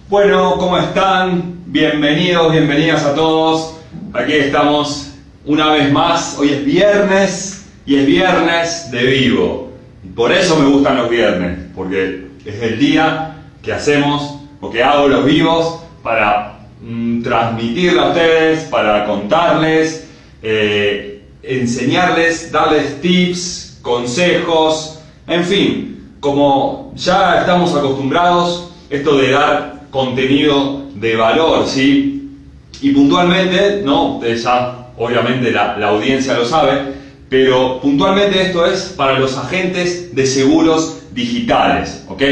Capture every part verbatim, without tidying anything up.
Bueno, ¿cómo están? Bienvenidos, bienvenidas a todos. Aquí estamos una vez más. Hoy es viernes y es viernes de vivo. Y por eso me gustan los viernes, porque es el día que hacemos o que hago los vivos para mm, transmitirle a ustedes, para contarles, eh, enseñarles, darles tips, consejos, en fin, como ya estamos acostumbrados, esto de dar contenido de valor, ¿sí? Y puntualmente, ¿no? Ya obviamente la, la audiencia lo sabe, pero puntualmente esto es para los agentes de seguros digitales, ¿ok?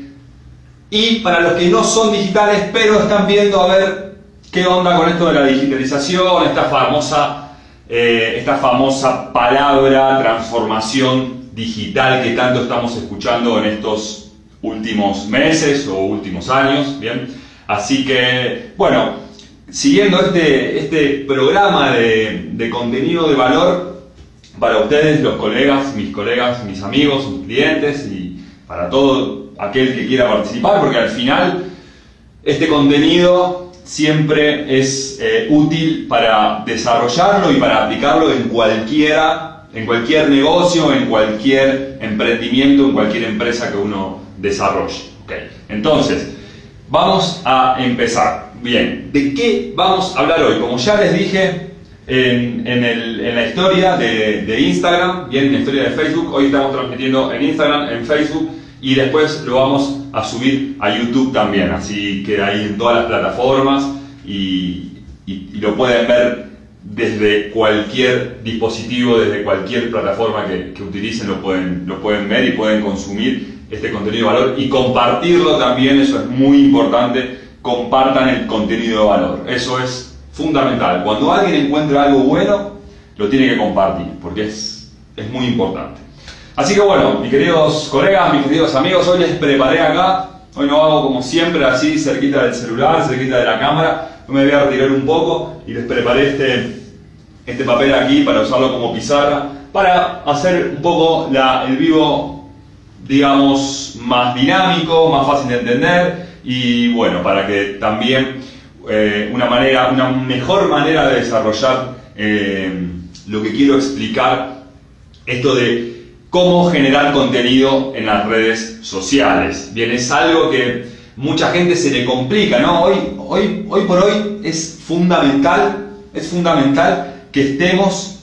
Y para los que no son digitales, pero están viendo a ver qué onda con esto de la digitalización, esta famosa, eh, esta famosa palabra transformación digital que tanto estamos escuchando en estos últimos meses o últimos años, ¿bien? Así que, bueno, siguiendo este, este programa de, de contenido de valor para ustedes, los colegas, mis colegas, mis amigos, mis clientes y para todo aquel que quiera participar, porque al final este contenido siempre es eh, útil para desarrollarlo y para aplicarlo en cualquiera, en cualquier negocio, en cualquier emprendimiento, en cualquier empresa que uno desarrolle. Okay. Entonces, vamos a empezar. Bien, ¿de qué vamos a hablar hoy? Como ya les dije en, en, el, en la historia de, de Instagram, bien, en la historia de Facebook, hoy estamos transmitiendo en Instagram, en Facebook, y después lo vamos a subir a YouTube también, así que ahí en todas las plataformas y, y, y lo pueden ver desde cualquier dispositivo, desde cualquier plataforma que, que utilicen, lo pueden, lo pueden ver y pueden consumir este contenido de valor y compartirlo también. Eso es muy importante, compartan el contenido de valor, eso es fundamental. Cuando alguien encuentra algo bueno, lo tiene que compartir, porque es, es muy importante. Así que bueno, mis queridos colegas, mis queridos amigos, hoy les preparé acá, hoy no hago como siempre así cerquita del celular, cerquita de la cámara, me voy a retirar un poco y les preparé este, este papel aquí para usarlo como pizarra, para hacer un poco la, el vivo, digamos, más dinámico, más fácil de entender y bueno, para que también eh, una manera, una mejor manera de desarrollar eh, lo que quiero explicar, esto de cómo generar contenido en las redes sociales. Bien, es algo que mucha gente se le complica, ¿no? Hoy, hoy, hoy por hoy es fundamental, es fundamental que estemos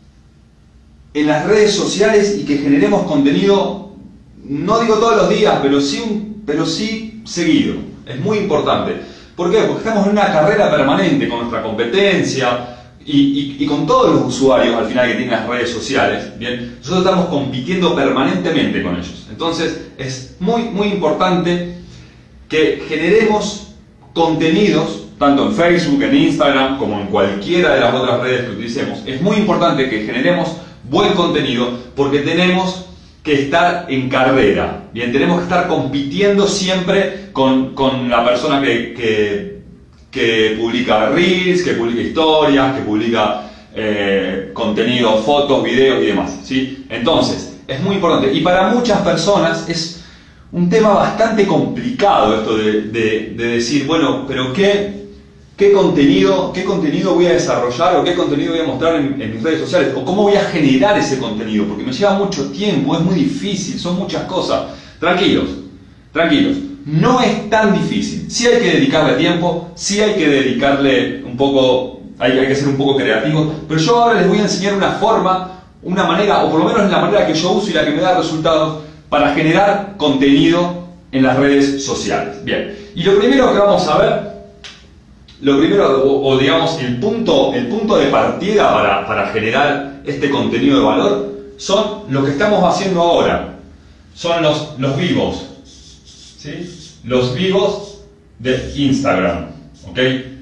en las redes sociales y que generemos contenido, no digo todos los días, pero sí, pero sí seguido. Es muy importante. ¿Por qué? Porque estamos en una carrera permanente con nuestra competencia, Y, y, y con todos los usuarios al final que tienen las redes sociales, ¿bien? Nosotros estamos compitiendo permanentemente con ellos. Entonces es muy muy importante que generemos contenidos, tanto en Facebook, en Instagram, como en cualquiera de las otras redes que utilicemos. Es muy importante que generemos buen contenido porque tenemos que estar en carrera, ¿bien? Tenemos que estar compitiendo siempre con, con la persona que... que que publica reels, que publica historias, que publica eh, contenido, fotos, videos y demás, ¿sí? Entonces, es muy importante. Y para muchas personas es un tema bastante complicado esto de, de, de decir, bueno, pero ¿qué, qué, contenido, ¿qué contenido voy a desarrollar o qué contenido voy a mostrar en, en mis redes sociales? O cómo voy a generar ese contenido, porque me lleva mucho tiempo, es muy difícil, son muchas cosas. Tranquilos, tranquilos. No es tan difícil, sí hay que dedicarle tiempo, sí hay que dedicarle un poco, hay, hay que ser un poco creativo, pero yo ahora les voy a enseñar una forma, una manera, o por lo menos la manera que yo uso y la que me da resultados para generar contenido en las redes sociales. Bien, y lo primero que vamos a ver, lo primero, o, o digamos el punto, el punto de partida para, para generar este contenido de valor, son lo que estamos haciendo ahora, son los, los vivos. ¿Sí? Los vivos de Instagram, ¿ok?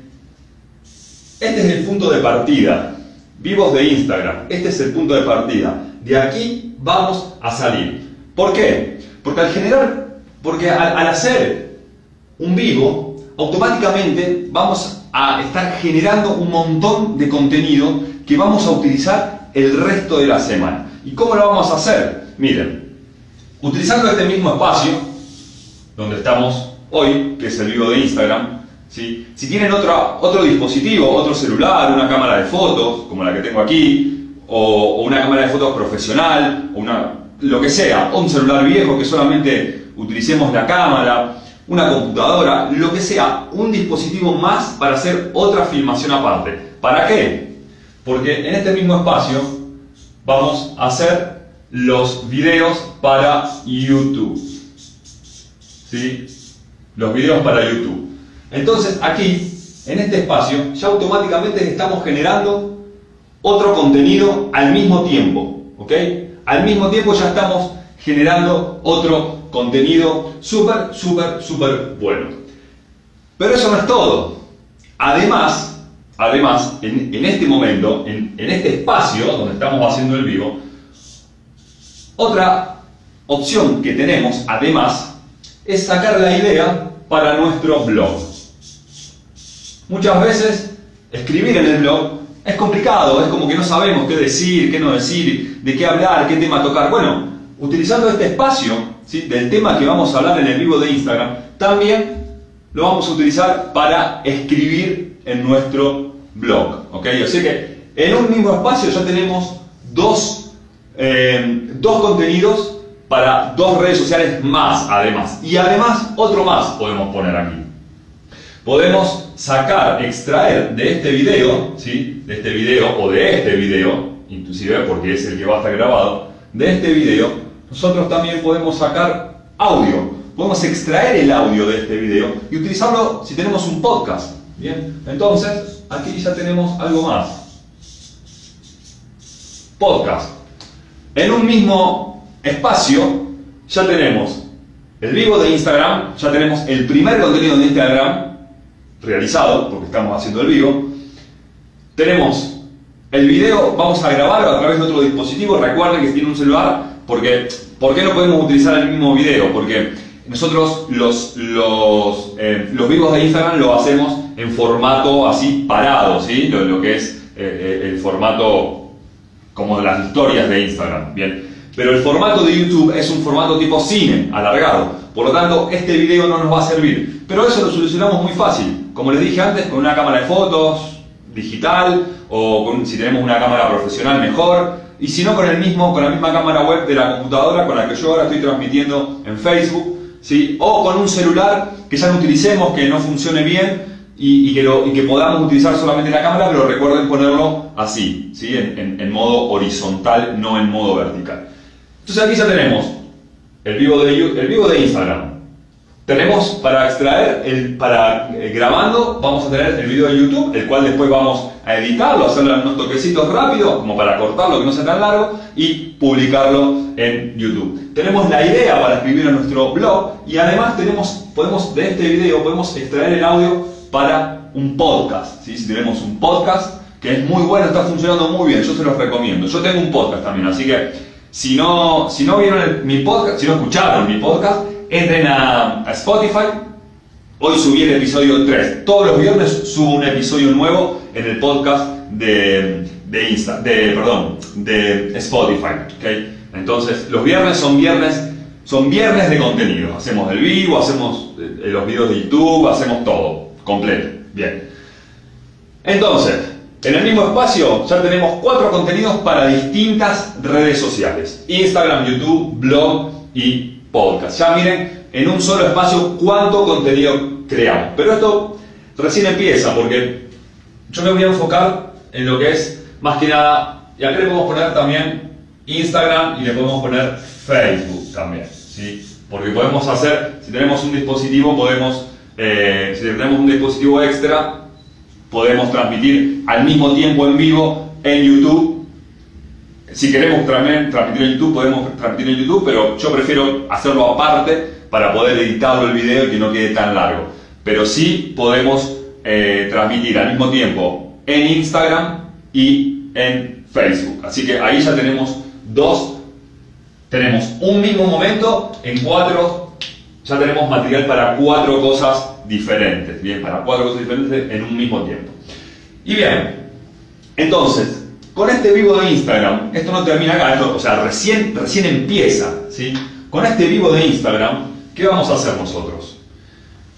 Este es el punto de partida, vivos de Instagram, este es el punto de partida. De aquí vamos a salir. ¿Por qué? Porque al generar, porque al, al hacer un vivo, automáticamente vamos a estar generando un montón de contenido que vamos a utilizar el resto de la semana. ¿Y cómo lo vamos a hacer? Miren, utilizando este mismo espacio, donde estamos hoy, que es el vivo de Instagram, ¿sí? Si tienen otro, otro dispositivo, otro celular, una cámara de fotos, como la que tengo aquí, o, o una cámara de fotos profesional, o una, lo que sea, o un celular viejo que solamente utilicemos la cámara, una computadora, lo que sea, un dispositivo más para hacer otra filmación aparte. ¿Para qué? Porque en este mismo espacio vamos a hacer los videos para YouTube. ¿Sí? Los videos para YouTube. Entonces aquí, en este espacio, ya automáticamente estamos generando otro contenido al mismo tiempo. ¿Ok? Al mismo tiempo ya estamos generando otro contenido súper, súper, súper bueno. Pero eso no es todo. Además, además en, en este momento, en, en este espacio donde estamos haciendo el vivo, otra opción que tenemos, además, es sacar la idea para nuestro blog. Muchas veces, escribir en el blog es complicado, es como que no sabemos qué decir, qué no decir, de qué hablar, qué tema tocar. Bueno, utilizando este espacio, ¿sí?, del tema que vamos a hablar en el vivo de Instagram, también lo vamos a utilizar para escribir en nuestro blog. ¿Ok? Así que en un mismo espacio ya tenemos dos, eh, dos contenidos para dos redes sociales más, además. Y además, otro más podemos poner aquí. Podemos sacar, extraer de este video, ¿sí?, de este video o de este video, inclusive porque es el que va a estar grabado, de este video, nosotros también podemos sacar audio. Podemos extraer el audio de este video y utilizarlo si tenemos un podcast. Bien, entonces aquí ya tenemos algo más. Podcast. En un mismo espacio ya tenemos el vivo de Instagram, ya tenemos el primer contenido de Instagram realizado, porque estamos haciendo el vivo. Tenemos el video, vamos a grabarlo a través de otro dispositivo. Recuerden que si tienen un celular, porque ¿por qué no podemos utilizar el mismo video? Porque nosotros los, los, eh, los vivos de Instagram lo hacemos en formato así parado, ¿sí? Lo, lo que es eh, el formato como de las historias de Instagram, ¿bien? Pero el formato de YouTube es un formato tipo cine, alargado. Por lo tanto, este video no nos va a servir. Pero eso lo solucionamos muy fácil. Como les dije antes, con una cámara de fotos digital, o con, si tenemos una cámara profesional, mejor. Y si no, con, el mismo, con la misma cámara web de la computadora con la que yo ahora estoy transmitiendo en Facebook, ¿sí? O con un celular que ya no utilicemos, que no funcione bien y, y, que, lo, y que podamos utilizar solamente la cámara, pero recuerden ponerlo así, ¿sí? en, en, en modo horizontal, no en modo vertical. Entonces aquí ya tenemos el vivo de, el vivo de Instagram. Tenemos para extraer, el, para eh, grabando, vamos a tener el video de YouTube, el cual después vamos a editarlo, hacerle unos toquecitos rápidos, como para cortarlo, que no sea tan largo, y publicarlo en YouTube. Tenemos la idea para escribir en nuestro blog, y además tenemos, podemos, de este video podemos extraer el audio para un podcast, ¿sí? Si tenemos un podcast, que es muy bueno, está funcionando muy bien, yo se los recomiendo. Yo tengo un podcast también, así que si no, si no vieron el, mi podcast, si no escucharon mi podcast, entren a, a Spotify. Hoy subí el episodio tres. Todos los viernes subo un episodio nuevo en el podcast de, de, Insta, de, perdón, de Spotify. ¿Okay? Entonces, los viernes son viernes, son viernes de contenido. Hacemos el vivo, hacemos los videos de YouTube, hacemos todo, completo. Bien. Entonces, en el mismo espacio ya tenemos cuatro contenidos para distintas redes sociales: Instagram, YouTube, blog y podcast. Ya miren en un solo espacio cuánto contenido creamos. Pero esto recién empieza, porque yo me voy a enfocar en lo que es más que nada, y acá le podemos poner también Instagram y le podemos poner Facebook también, ¿sí? Porque podemos hacer, si tenemos un dispositivo, podemos, eh, si tenemos un dispositivo extra, podemos transmitir al mismo tiempo en vivo en YouTube. Si queremos también transmitir en YouTube, podemos transmitir en YouTube, pero yo prefiero hacerlo aparte para poder editarlo el video y que no quede tan largo. Pero sí podemos eh, transmitir al mismo tiempo en Instagram y en Facebook. Así que ahí ya tenemos dos, tenemos un mismo momento en cuatro, ya tenemos material para cuatro cosas diferentes, bien, para cuatro cosas diferentes en un mismo tiempo. Y bien, entonces, con este vivo de Instagram, esto no termina acá, esto, o sea, recién, recién empieza, ¿sí? Con este vivo de Instagram, ¿qué vamos a hacer nosotros?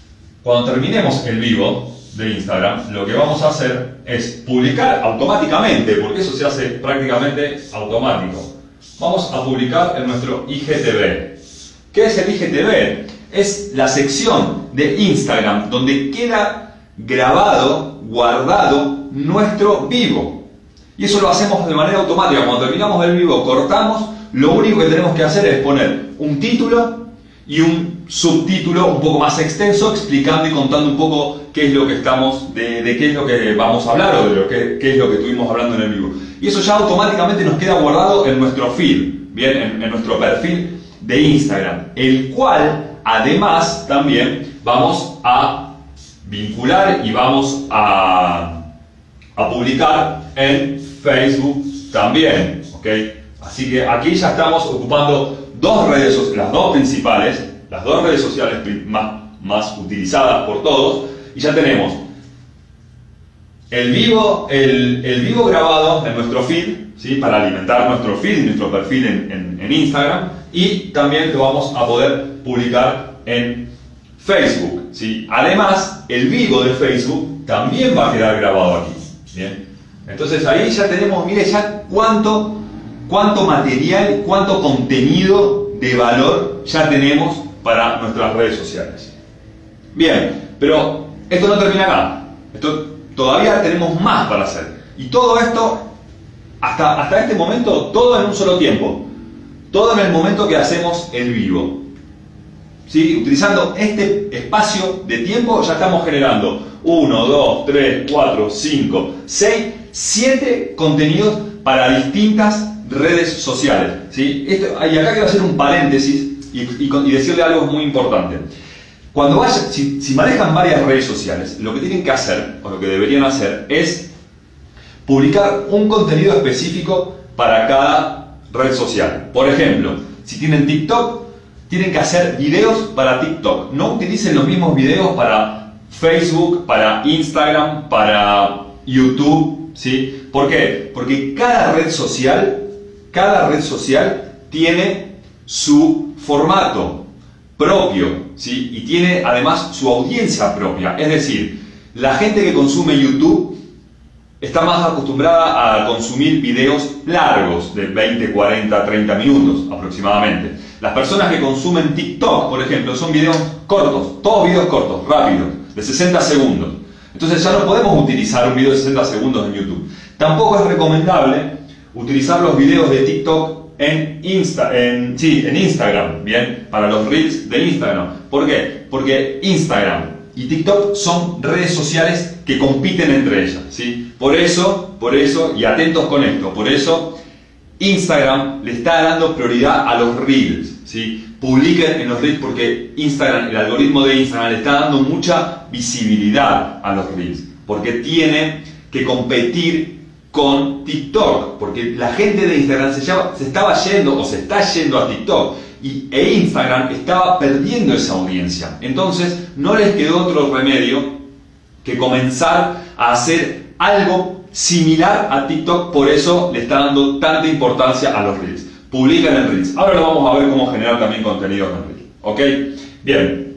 cuando terminemos el vivo de Instagram, lo que vamos a hacer es publicar automáticamente, porque eso se hace prácticamente automático. Vamos a publicar en nuestro I G T V. ¿Qué es el I G T V? Es la sección de Instagram donde queda grabado, guardado nuestro vivo. Y eso lo hacemos de manera automática. Cuando terminamos el vivo, cortamos. Lo único que tenemos que hacer es poner un título y un subtítulo un poco más extenso, explicando y contando un poco qué es lo que estamos, de, de qué es lo que vamos a hablar o de lo que, qué es lo que estuvimos hablando en el vivo. Y eso ya automáticamente nos queda guardado en nuestro feed, bien, en, en nuestro perfil de Instagram, el cual además también vamos a vincular y vamos a, a publicar en Facebook también, ¿ok? Así que aquí ya estamos ocupando dos redes sociales, las dos principales, las dos redes sociales más, más utilizadas por todos, y ya tenemos el vivo, el, el vivo grabado en nuestro feed, ¿sí? Para alimentar nuestro feed y nuestro perfil en, en, en Instagram, y también lo vamos a poder publicar en Facebook, ¿sí? Además, el vivo de Facebook también va a quedar grabado aquí, ¿bien? Entonces ahí ya tenemos, mire ya cuánto, cuánto material, cuánto contenido de valor ya tenemos para nuestras redes sociales. Bien, pero esto no termina acá. Esto, todavía tenemos más para hacer. Y todo esto, hasta, hasta este momento, todo en un solo tiempo. Todo en el momento que hacemos el vivo. ¿Sí? Utilizando este espacio de tiempo ya estamos generando uno, dos, tres, cuatro, cinco, seis, siete contenidos para distintas redes sociales. ¿Sí? Esto, y acá quiero hacer un paréntesis y, y, y decirle algo muy importante. Cuando vaya, si, si manejan varias redes sociales, lo que tienen que hacer, o lo que deberían hacer, es publicar un contenido específico para cada red social. Por ejemplo, si tienen TikTok, tienen que hacer videos para TikTok. No utilicen los mismos videos para Facebook, para Instagram, para YouTube, ¿sí? ¿Por qué? Porque cada red social, cada red social tiene su formato propio, ¿sí? Y tiene además su audiencia propia. Es decir, la gente que consume YouTube está más acostumbrada a consumir videos largos de veinte, cuarenta, treinta minutos aproximadamente. Las personas que consumen TikTok, por ejemplo, son videos cortos, todos videos cortos, rápidos, de sesenta segundos. Entonces ya no podemos utilizar un video de sesenta segundos en YouTube. Tampoco es recomendable utilizar los videos de TikTok en, Insta, en, sí, en Instagram, ¿bien? Para los Reels de Instagram. ¿Por qué? Porque Instagram y TikTok son redes sociales que compiten entre ellas, ¿sí? Por eso, por eso, y atentos con esto, por eso Instagram le está dando prioridad a los Reels, ¿sí? Publiquen en los Reels porque Instagram, el algoritmo de Instagram le está dando mucha visibilidad a los Reels, porque tiene que competir con TikTok, porque la gente de Instagram se, llama, se estaba yendo o se está yendo a TikTok y, e Instagram estaba perdiendo esa audiencia. Entonces no les quedó otro remedio que comenzar a hacer algo similar a TikTok, por eso le está dando tanta importancia a los Reels. Publican en Reels. Ahora lo vamos a ver cómo generar también contenidos en Reels. ¿Ok? Bien.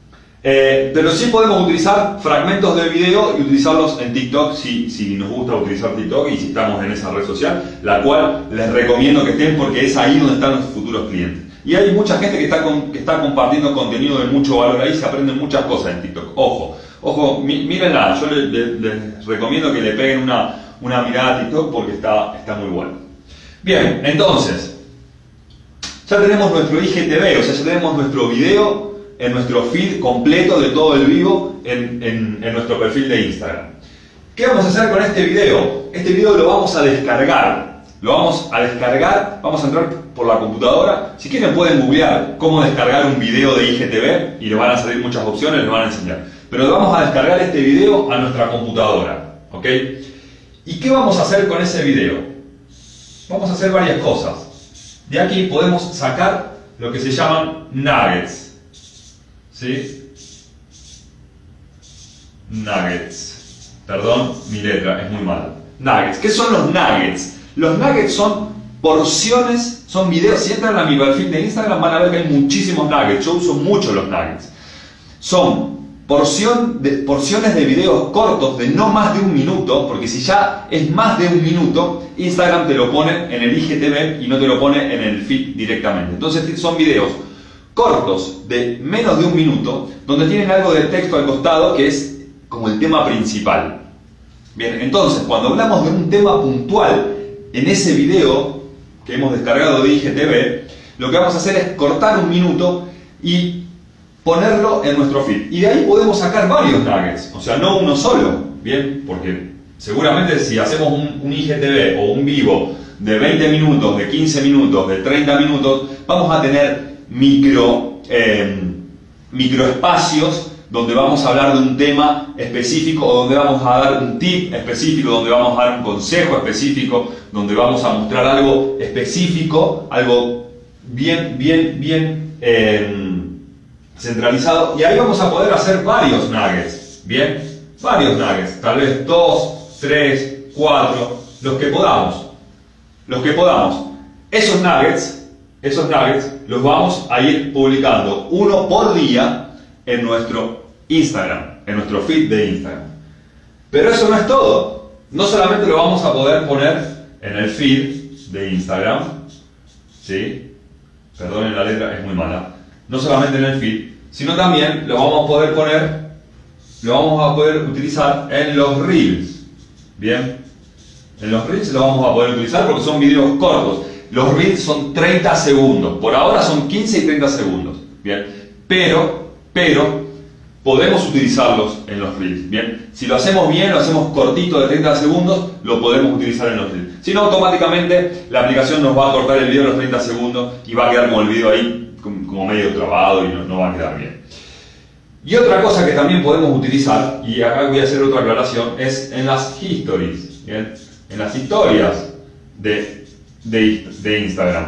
Eh, pero sí podemos utilizar fragmentos del video y utilizarlos en TikTok si, si nos gusta utilizar TikTok y si estamos en esa red social, la cual les recomiendo que estén porque es ahí donde están los futuros clientes. Y hay mucha gente que está, con, que está compartiendo contenido de mucho valor ahí, se aprenden muchas cosas en TikTok. Ojo, ojo, mí, mírenla, yo les, les, les recomiendo que le peguen una, una mirada a TikTok porque está, está muy bueno. Bien, entonces, ya tenemos nuestro I G T V, o sea, ya tenemos nuestro video en nuestro feed completo de todo el vivo en, en, en nuestro perfil de Instagram. ¿Qué vamos a hacer con este video? Este video lo vamos a descargar. Lo vamos a descargar, vamos a entrar por la computadora. Si quieren pueden googlear cómo descargar un video de I G T V y les van a salir muchas opciones, les van a enseñar. Pero vamos a descargar este video a nuestra computadora. ¿Ok? ¿Y qué vamos a hacer con ese video? Vamos a hacer varias cosas. De aquí podemos sacar lo que se llaman nuggets. ¿Sí? Nuggets. Perdón, mi letra es muy mala. Nuggets. ¿Qué son los nuggets? Los nuggets son porciones, son videos. Si entran a mi perfil de Instagram van a ver que hay muchísimos nuggets. Yo uso mucho los nuggets. Son porción de, porciones de videos cortos de no más de un minuto, porque si ya es más de un minuto, Instagram te lo pone en el I G T V y no te lo pone en el feed directamente. Entonces son videos cortos de menos de un minuto, donde tienen algo de texto al costado que es como el tema principal. Bien, entonces cuando hablamos de un tema puntual en ese video que hemos descargado de I G T V, lo que vamos a hacer es cortar un minuto y ponerlo en nuestro feed. Y de ahí podemos sacar varios nuggets, o sea, no uno solo, ¿bien? Porque seguramente si hacemos un, un I G T V o un vivo de veinte minutos, de quince minutos, de treinta minutos, vamos a tener micro, eh, microespacios donde vamos a hablar de un tema específico o donde vamos a dar un tip específico, donde vamos a dar un consejo específico, donde vamos a mostrar algo específico, algo bien, bien, bien eh, centralizado, y ahí vamos a poder hacer varios nuggets, bien, varios nuggets, tal vez dos, tres, cuatro, los que podamos, los que podamos. Esos nuggets, esos nuggets los vamos a ir publicando uno por día en nuestro Instagram, en nuestro feed de Instagram. Pero eso no es todo. No solamente lo vamos a poder poner en el feed de Instagram, ¿sí? Perdonen la letra, es muy mala. No solamente en el feed, sino también lo vamos a poder poner, lo vamos a poder utilizar en los Reels. Bien, en los Reels lo vamos a poder utilizar porque son videos cortos. Los Reels son treinta segundos, por ahora son quince y treinta segundos. Bien, pero, pero podemos utilizarlos en los Reels. Bien, si lo hacemos bien, lo hacemos cortito de treinta segundos, lo podemos utilizar en los Reels. Si no, automáticamente la aplicación nos va a cortar el video en los treinta segundos y va a quedar como el video ahí como medio trabado y no, no va a quedar bien. Y otra cosa que también podemos utilizar, y acá voy a hacer otra aclaración, es en las histories, ¿bien? En las historias de, de, de Instagram,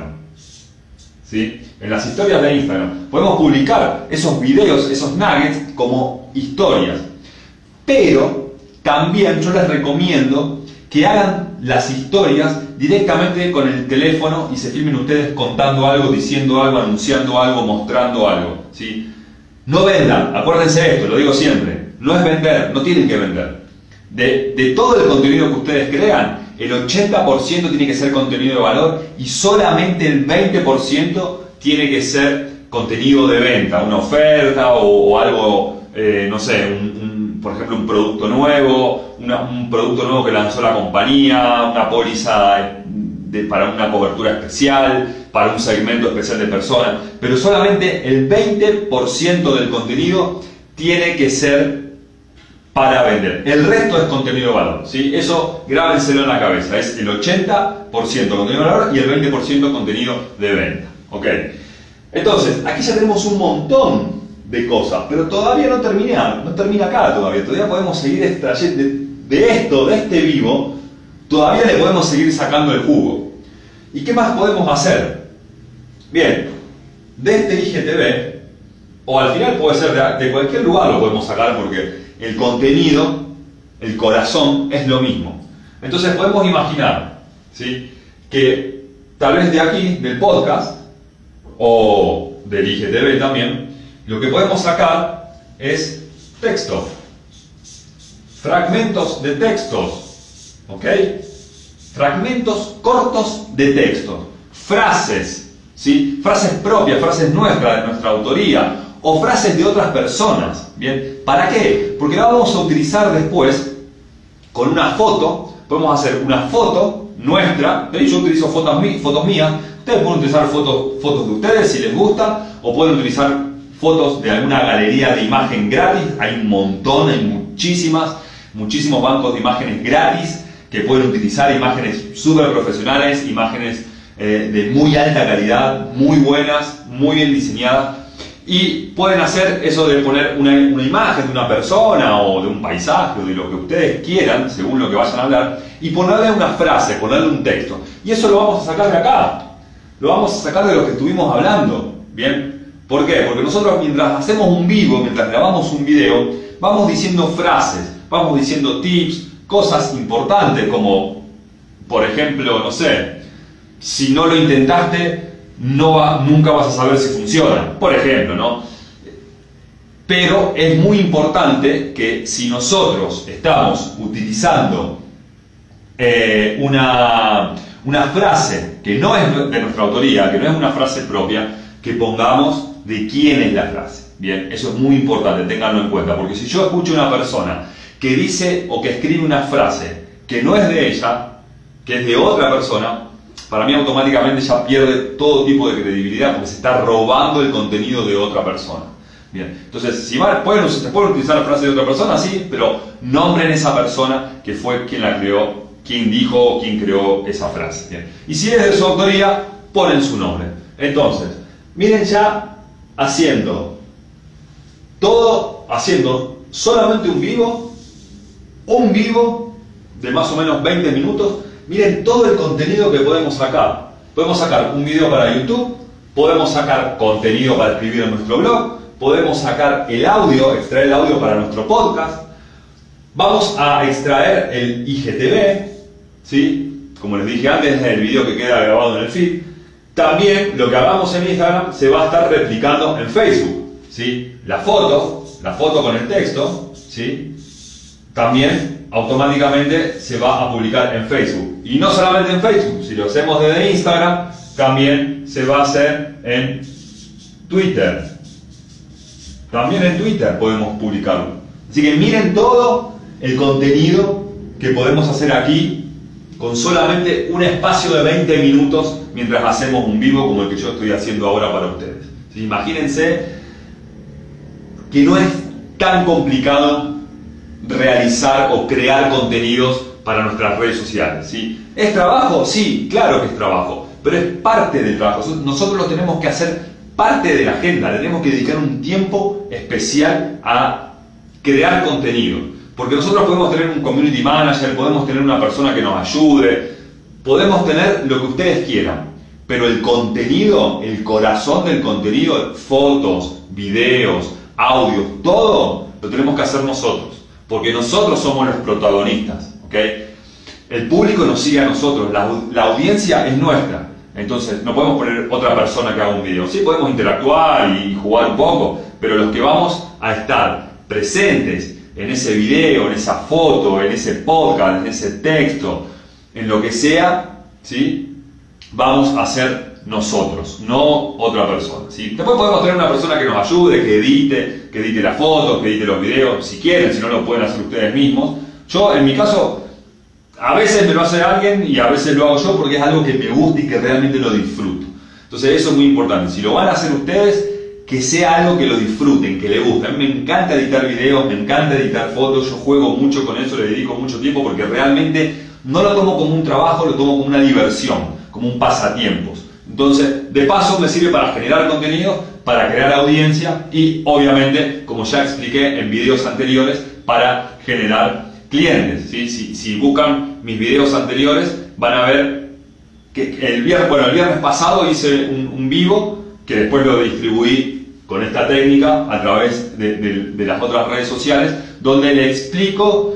¿sí? En las historias de Instagram podemos publicar esos videos, esos nuggets como historias, pero también yo les recomiendo que hagan las historias directamente con el teléfono y se filmen ustedes contando algo, diciendo algo, anunciando algo, mostrando algo, ¿sí? No vendan, acuérdense de esto, lo digo siempre, no es vender, no tienen que vender. De, de todo el contenido que ustedes crean, el ochenta por ciento tiene que ser contenido de valor y solamente el veinte por ciento tiene que ser contenido de venta, una oferta o, o algo, eh, no sé, un, un, por ejemplo un producto nuevo, una, un producto nuevo que lanzó la compañía, una póliza de, para una cobertura especial, para un segmento especial de personas, pero solamente el veinte por ciento del contenido tiene que ser para vender. El resto es contenido de valor, ¿sí? Eso grábenselo en la cabeza, es el ochenta por ciento contenido de valor y el veinte por ciento contenido de venta, ¿ok? Entonces, aquí ya tenemos un montón de cosas, pero todavía no termina, no termina acá todavía, todavía podemos seguir extrayendo de, de esto, de este vivo, todavía le podemos seguir sacando el jugo. ¿Y qué más podemos hacer? Bien, de este I G T V, o al final puede ser de, de cualquier lugar lo podemos sacar porque el contenido, el corazón es lo mismo. Entonces podemos imaginar, ¿sí?, que tal vez de aquí, del podcast, o del I G T V también, lo que podemos sacar es texto, fragmentos de textos, ¿ok? Fragmentos cortos de textos, frases, ¿sí? Frases propias, frases nuestras, de nuestra autoría, o frases de otras personas, ¿bien? ¿Para qué? Porque la vamos a utilizar después con una foto. Podemos hacer una foto nuestra, ¿sí? Yo utilizo fotos, fotos mías, ustedes pueden utilizar fotos, fotos de ustedes si les gusta, o pueden utilizar fotos de alguna galería de imagen gratis. Hay un montón, hay muchísimas, muchísimos bancos de imágenes gratis que pueden utilizar, imágenes súper profesionales, imágenes eh, de muy alta calidad, muy buenas, muy bien diseñadas. Y pueden hacer eso de poner una, una imagen de una persona o de un paisaje o de lo que ustedes quieran, según lo que vayan a hablar, y ponerle una frase, ponerle un texto. Y eso lo vamos a sacar de acá. Lo vamos a sacar de lo que estuvimos hablando. ¿Bien? ¿Por qué? Porque nosotros mientras hacemos un vivo, mientras grabamos un video, vamos diciendo frases, vamos diciendo tips, cosas importantes como, por ejemplo, no sé, si no lo intentaste, no va, nunca vas a saber si funciona, por ejemplo, ¿no? Pero es muy importante que si nosotros estamos utilizando eh, una, una frase que no es de nuestra autoría, que no es una frase propia, que pongamos de quién es la frase. Bien, eso es muy importante, ténganlo en cuenta, porque si yo escucho a una persona que dice o que escribe una frase que no es de ella, que es de otra persona, para mí automáticamente ya pierde todo tipo de credibilidad porque se está robando el contenido de otra persona. Bien, entonces, si van, pueden, se pueden utilizar la frase de otra persona, sí, pero nombren esa persona que fue quien la creó, quien dijo o quien creó esa frase. Bien. Y si es de su autoría, ponen su nombre. Entonces, miren ya haciendo todo, haciendo solamente un vivo, un vivo de más o menos veinte minutos. Miren todo el contenido que podemos sacar. Podemos sacar un video para YouTube, podemos sacar contenido para escribir en nuestro blog, podemos sacar el audio, extraer el audio para nuestro podcast. Vamos a extraer el I G T V, ¿sí? Como les dije antes, el video que queda grabado en el feed. También lo que hagamos en Instagram se va a estar replicando en Facebook, ¿sí? La foto, la foto con el texto, ¿sí? También automáticamente se va a publicar en Facebook. Y no solamente en Facebook, si lo hacemos desde Instagram, también se va a hacer en Twitter. También en Twitter podemos publicarlo. Así que miren todo el contenido que podemos hacer aquí con solamente un espacio de veinte minutos mientras hacemos un vivo como el que yo estoy haciendo ahora para ustedes. ¿Sí? Imagínense que no es tan complicado realizar o crear contenidos para nuestras redes sociales. ¿Sí? ¿Es trabajo? Sí, claro que es trabajo, pero es parte del trabajo. Nosotros lo tenemos que hacer parte de la agenda, tenemos que dedicar un tiempo especial a crear contenido, porque nosotros podemos tener un community manager, podemos tener una persona que nos ayude, podemos tener lo que ustedes quieran, pero el contenido, el corazón del contenido, fotos, videos, audios, todo lo tenemos que hacer nosotros, porque nosotros somos los protagonistas, ¿ok? El público nos sigue a nosotros, la, la audiencia es nuestra. Entonces, no podemos poner otra persona que haga un video. Sí podemos interactuar y jugar un poco, pero los que vamos a estar presentes en ese video, en esa foto, en ese podcast, en ese texto, en lo que sea, ¿sí? Vamos a ser nosotros, no otra persona, ¿sí? Después podemos tener una persona que nos ayude, que edite, que edite las fotos, que edite los videos, si quieren, si no lo pueden hacer ustedes mismos. Yo, en mi caso, a veces me lo hace alguien y a veces lo hago yo porque es algo que me gusta y que realmente lo disfruto. Entonces eso es muy importante. Si lo van a hacer ustedes, que sea algo que lo disfruten, que les guste. A mí me encanta editar videos, me encanta editar fotos, yo juego mucho con eso, le dedico mucho tiempo porque realmente no lo tomo como un trabajo, lo tomo como una diversión, como un pasatiempos. Entonces, de paso me sirve para generar contenido, para crear audiencia y obviamente, como ya expliqué en videos anteriores, para generar clientes, ¿sí? Si, si buscan mis videos anteriores van a ver que el viernes, bueno, el viernes pasado hice un, un vivo que después lo distribuí con esta técnica a través de, de, de las otras redes sociales, donde le explico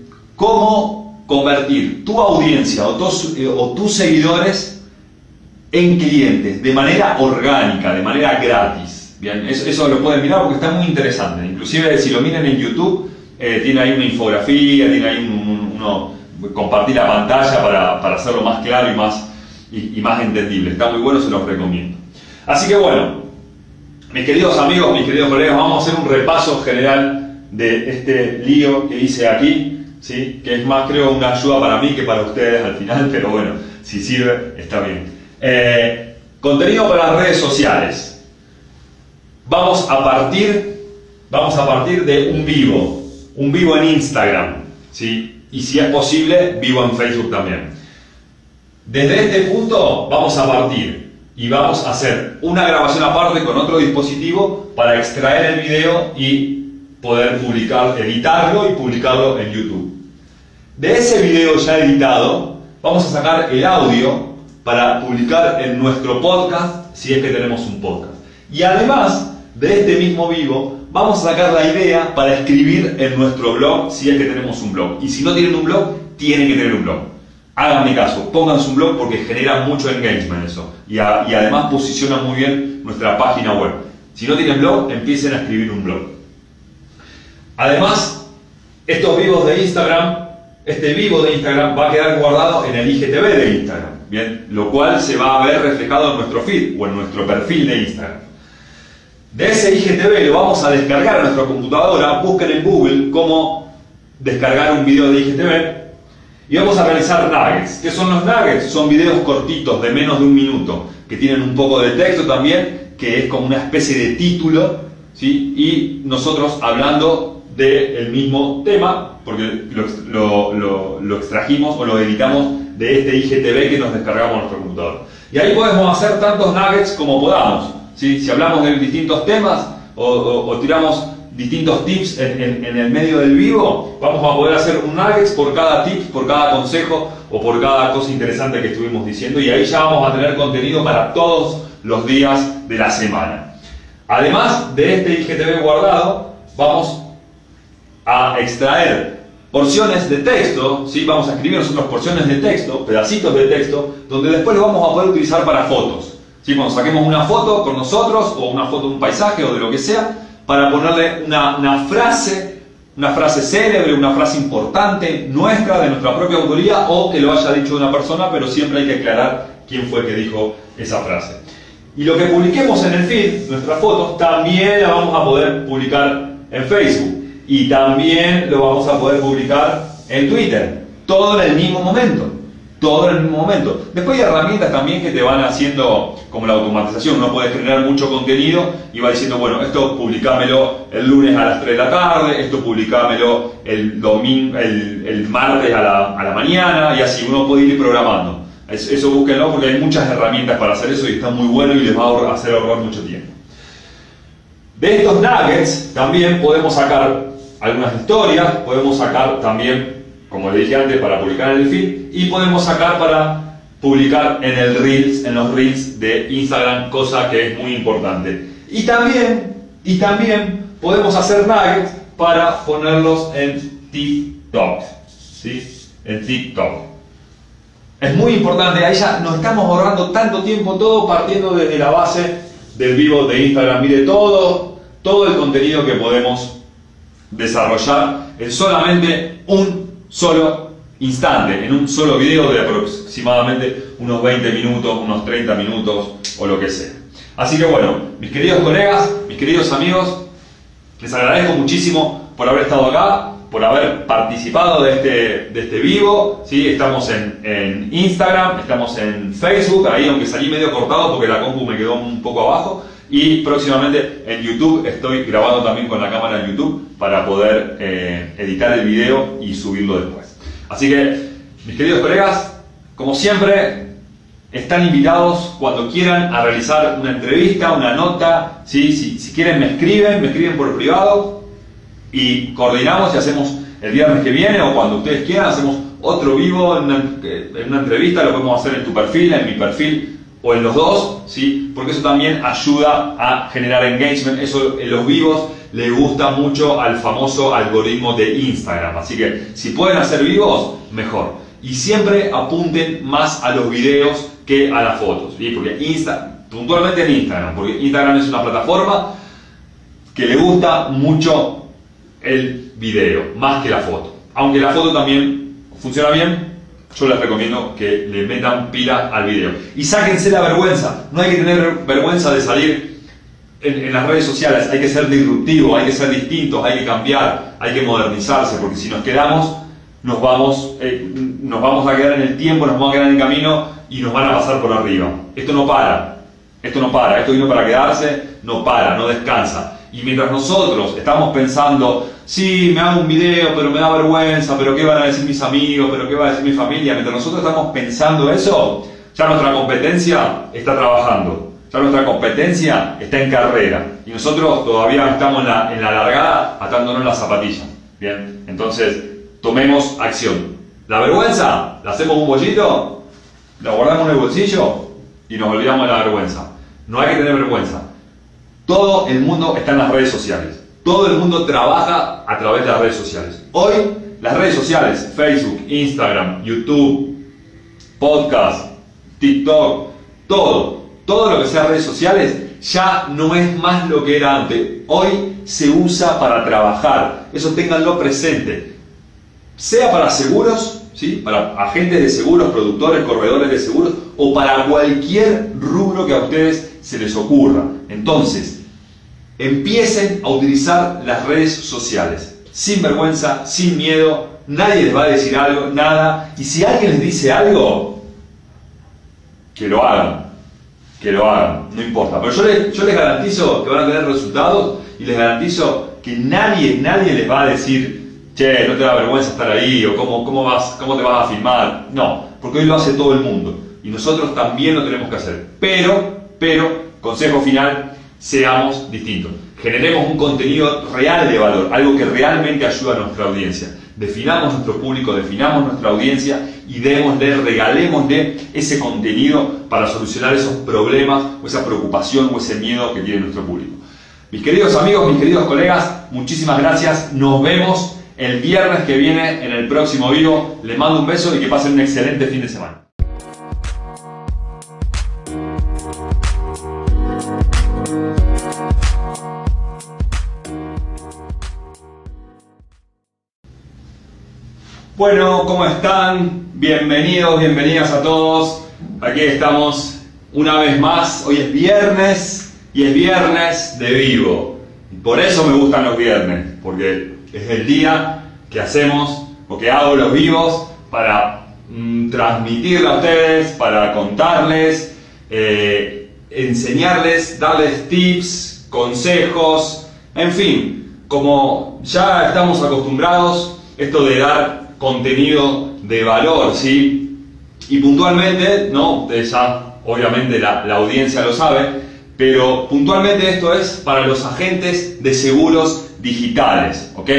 cómo convertir tu audiencia o tus, o tus seguidores en clientes de manera orgánica, de manera gratis. Bien, eso, eso lo pueden mirar porque está muy interesante. Inclusive si lo miran en YouTube, Eh, tiene ahí una infografía, tiene ahí un, un, uno, compartir la pantalla para, para hacerlo más claro y más, y, y más entendible. Está muy bueno, se los recomiendo. Así que bueno, mis queridos amigos, mis queridos colegas, vamos a hacer un repaso general de este lío que hice aquí, ¿sí? Que es más, creo, una ayuda para mí que para ustedes al final, pero bueno, si sirve, está bien. Eh, contenido para las redes sociales. Vamos a partir, vamos a partir de un vivo. Un vivo en Instagram, ¿sí? Y si es posible, vivo en Facebook también. Desde este punto vamos a partir y vamos a hacer una grabación aparte con otro dispositivo para extraer el video y poder publicar, editarlo y publicarlo en YouTube. De ese video ya editado, vamos a sacar el audio para publicar en nuestro podcast, si es que tenemos un podcast. Y además de este mismo vivo, vamos a sacar la idea para escribir en nuestro blog, si es que tenemos un blog. Y si no tienen un blog, tienen que tener un blog. Háganme caso, pónganse un blog porque genera mucho engagement eso. Y, a, y además posiciona muy bien nuestra página web. Si no tienen blog, empiecen a escribir un blog. Además, estos vivos de Instagram, este vivo de Instagram va a quedar guardado en el I G T V de Instagram, ¿bien? Lo cual se va a ver reflejado en nuestro feed o en nuestro perfil de Instagram. De ese I G T V lo vamos a descargar a nuestra computadora. Busquen en Google cómo descargar un video de I G T V y vamos a realizar nuggets. ¿Qué son los nuggets? Son videos cortitos de menos de un minuto que tienen un poco de texto también, que es como una especie de título, ¿sí? Y nosotros hablando del mismo tema, porque lo, lo, lo, lo extrajimos o lo editamos de este I G T V que nos descargamos a nuestra computadora. Y ahí podemos hacer tantos nuggets como podamos, ¿sí? Si hablamos de distintos temas o, o, o tiramos distintos tips en, en, en el medio del vivo, vamos a poder hacer un nuggets por cada tip, por cada consejo o por cada cosa interesante que estuvimos diciendo, y ahí ya vamos a tener contenido para todos los días de la semana. Además de este I G T V guardado, vamos a extraer porciones de texto, ¿sí? Vamos a escribir nosotros porciones de texto, pedacitos de texto, donde después lo vamos a poder utilizar para fotos, ¿sí? Cuando saquemos una foto con nosotros, o una foto de un paisaje o de lo que sea, para ponerle una, una frase, una frase célebre, una frase importante, nuestra, de nuestra propia autoría, o que lo haya dicho una persona, pero siempre hay que aclarar quién fue que dijo esa frase. Y lo que publiquemos en el feed, nuestras fotos, también la vamos a poder publicar en Facebook. Y también lo vamos a poder publicar en Twitter. Todo en el mismo momento. Todo en el mismo momento. Después hay herramientas también que te van haciendo como la automatización. Uno puede generar mucho contenido y va diciendo, bueno, esto publicámelo el lunes a las tres de la tarde, esto publicámelo el domingo, el, el martes a la, a la mañana, y así uno puede ir programando. Eso búsquenlo porque hay muchas herramientas para hacer eso y está muy bueno y les va a hacer ahorrar mucho tiempo. De estos nuggets también podemos sacar algunas historias, podemos sacar también, como le dije antes, para publicar en el feed, y podemos sacar para publicar en el Reels, en los Reels de Instagram, cosa que es muy importante. Y también, y también podemos hacer nuggets para ponerlos en TikTok, ¿sí? En TikTok. Es muy importante, ahí ya nos estamos ahorrando tanto tiempo, todo partiendo desde la base del vivo de Instagram. Mire todo, todo el contenido que podemos desarrollar en solamente un solo instante, en un solo video de aproximadamente unos veinte minutos, unos treinta minutos o lo que sea. Así que bueno, mis queridos colegas, mis queridos amigos, les agradezco muchísimo por haber estado acá, por haber participado de este, de este vivo, ¿sí? Estamos en, en Instagram, estamos en Facebook, ahí aunque salí medio cortado porque la compu me quedó un poco abajo, y próximamente en YouTube estoy grabando también con la cámara en YouTube para poder eh, editar el video y subirlo después. Así que, mis queridos colegas, como siempre, están invitados cuando quieran a realizar una entrevista, una nota, ¿sí? Si, si quieren me escriben, me escriben por privado y coordinamos y hacemos el viernes que viene o cuando ustedes quieran, hacemos otro vivo en una, en una entrevista, lo podemos hacer en tu perfil, en mi perfil o en los dos, ¿sí? Porque eso también ayuda a generar engagement. Eso en los vivos le gusta mucho al famoso algoritmo de Instagram, así que si pueden hacer vivos, mejor. Y siempre apunten más a los videos que a las fotos, ¿sí? Porque Insta, puntualmente en Instagram, porque Instagram es una plataforma que le gusta mucho el video, más que la foto. Aunque la foto también funciona bien, yo les recomiendo que le metan pila al video. Y sáquense la vergüenza. No hay que tener vergüenza de salir en, en las redes sociales. Hay que ser disruptivo, hay que ser distintos, hay que cambiar, hay que modernizarse, porque si nos quedamos, nos vamos, eh, nos vamos a quedar en el tiempo, nos vamos a quedar en el camino y nos van a pasar por arriba. Esto no para. Esto no para. Esto vino para quedarse, no para, no descansa. Y mientras nosotros estamos pensando, sí, me hago un video, pero me da vergüenza, pero qué van a decir mis amigos, pero qué va a decir mi familia, mientras nosotros estamos pensando eso, ya nuestra competencia está trabajando, ya nuestra competencia está en carrera, y nosotros todavía estamos en la, en la largada atándonos las zapatillas. Bien, entonces tomemos acción. La vergüenza, la hacemos un bollito, la guardamos en el bolsillo y nos olvidamos de la vergüenza. No hay que tener vergüenza. Todo el mundo está en las redes sociales. Todo el mundo trabaja a través de las redes sociales. Hoy, las redes sociales, Facebook, Instagram, YouTube, podcast, TikTok, todo, todo lo que sea redes sociales, ya no es más lo que era antes. Hoy se usa para trabajar. Eso ténganlo presente. Sea para seguros, ¿sí? Para agentes de seguros, productores, corredores de seguros, o para cualquier rubro que a ustedes se les ocurra. Entonces, empiecen a utilizar las redes sociales. Sin vergüenza, sin miedo. Nadie les va a decir algo, nada. Y si alguien les dice algo, que lo hagan. Que lo hagan, no importa. Pero yo les, yo les garantizo que van a tener resultados y les garantizo que nadie, nadie les va a decir, che, no te da vergüenza estar ahí o cómo, cómo, vas, cómo te vas a filmar. No, porque hoy lo hace todo el mundo y nosotros también lo tenemos que hacer. Pero, pero, consejo final, seamos distintos. Generemos un contenido real de valor, algo que realmente ayude a nuestra audiencia. Definamos nuestro público, definamos nuestra audiencia y démosle, regalémosle ese contenido para solucionar esos problemas o esa preocupación o ese miedo que tiene nuestro público. Mis queridos amigos, mis queridos colegas, muchísimas gracias. Nos vemos el viernes que viene en el próximo video. Les mando un beso y que pasen un excelente fin de semana. Bueno, ¿cómo están? Bienvenidos, bienvenidas a todos. Aquí estamos una vez más. Hoy es viernes y es viernes de vivo. Por eso me gustan los viernes, porque es el día que hacemos o que hago los vivos para mm, transmitirle a ustedes, para contarles, eh, enseñarles, darles tips, consejos, en fin, como ya estamos acostumbrados, esto de dar contenido de valor, ¿sí? Y puntualmente, ¿no? Ya obviamente la, la audiencia lo sabe, pero puntualmente esto es para los agentes de seguros digitales, ¿ok?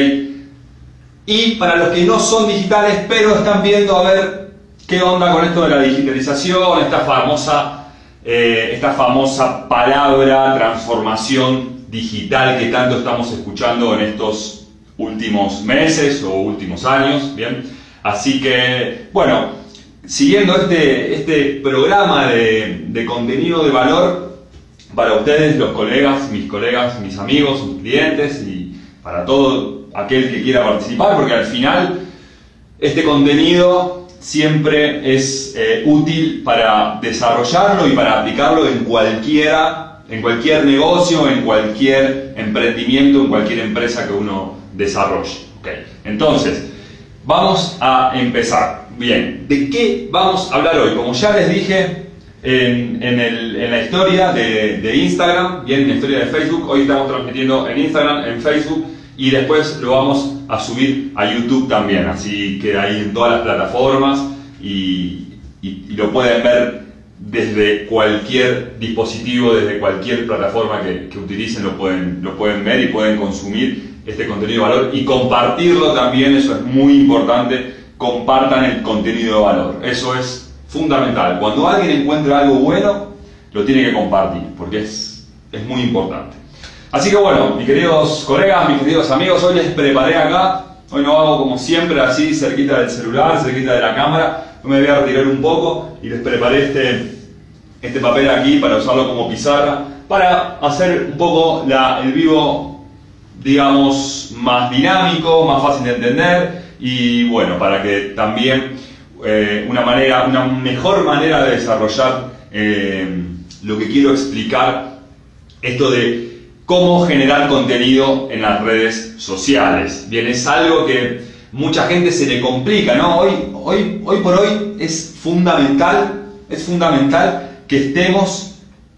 Y para los que no son digitales, pero están viendo a ver qué onda con esto de la digitalización, esta famosa, eh, esta famosa palabra transformación digital que tanto estamos escuchando en estos últimos meses o últimos años, ¿bien? Así que, bueno, siguiendo este, este programa de, de contenido de valor para ustedes, los colegas, mis colegas, mis amigos, mis clientes y para todo aquel que quiera participar, porque al final este contenido siempre es eh, útil para desarrollarlo y para aplicarlo en cualquiera, en cualquier negocio, en cualquier emprendimiento, en cualquier empresa que uno desarrolle. Okay. Entonces, vamos a empezar. Bien, ¿de qué vamos a hablar hoy? Como ya les dije en, en, el, en la historia de, de Instagram, bien, en la historia de Facebook, hoy estamos transmitiendo en Instagram, en Facebook y después lo vamos a subir a YouTube también, así que ahí en todas las plataformas y, y, y lo pueden ver desde cualquier dispositivo, desde cualquier plataforma que, que utilicen, lo pueden, lo pueden ver y pueden consumir este contenido de valor y compartirlo también. Eso es muy importante. Compartan el contenido de valor, eso es fundamental. Cuando alguien encuentra algo bueno, lo tiene que compartir porque es, es muy importante. Así que bueno, mis queridos colegas, mis queridos amigos, hoy les preparé acá. Hoy no hago como siempre así cerquita del celular, cerquita de la cámara. Me voy a retirar un poco y les preparé este, este papel aquí para usarlo como pizarra, para hacer un poco la, el vivo, digamos, más dinámico, más fácil de entender y bueno, para que también eh, una manera, una mejor manera de desarrollar eh, lo que quiero explicar, esto de cómo generar contenido en las redes sociales. Bien, es algo que mucha gente se le complica, ¿no? Hoy, hoy, hoy por hoy es fundamental, es fundamental que estemos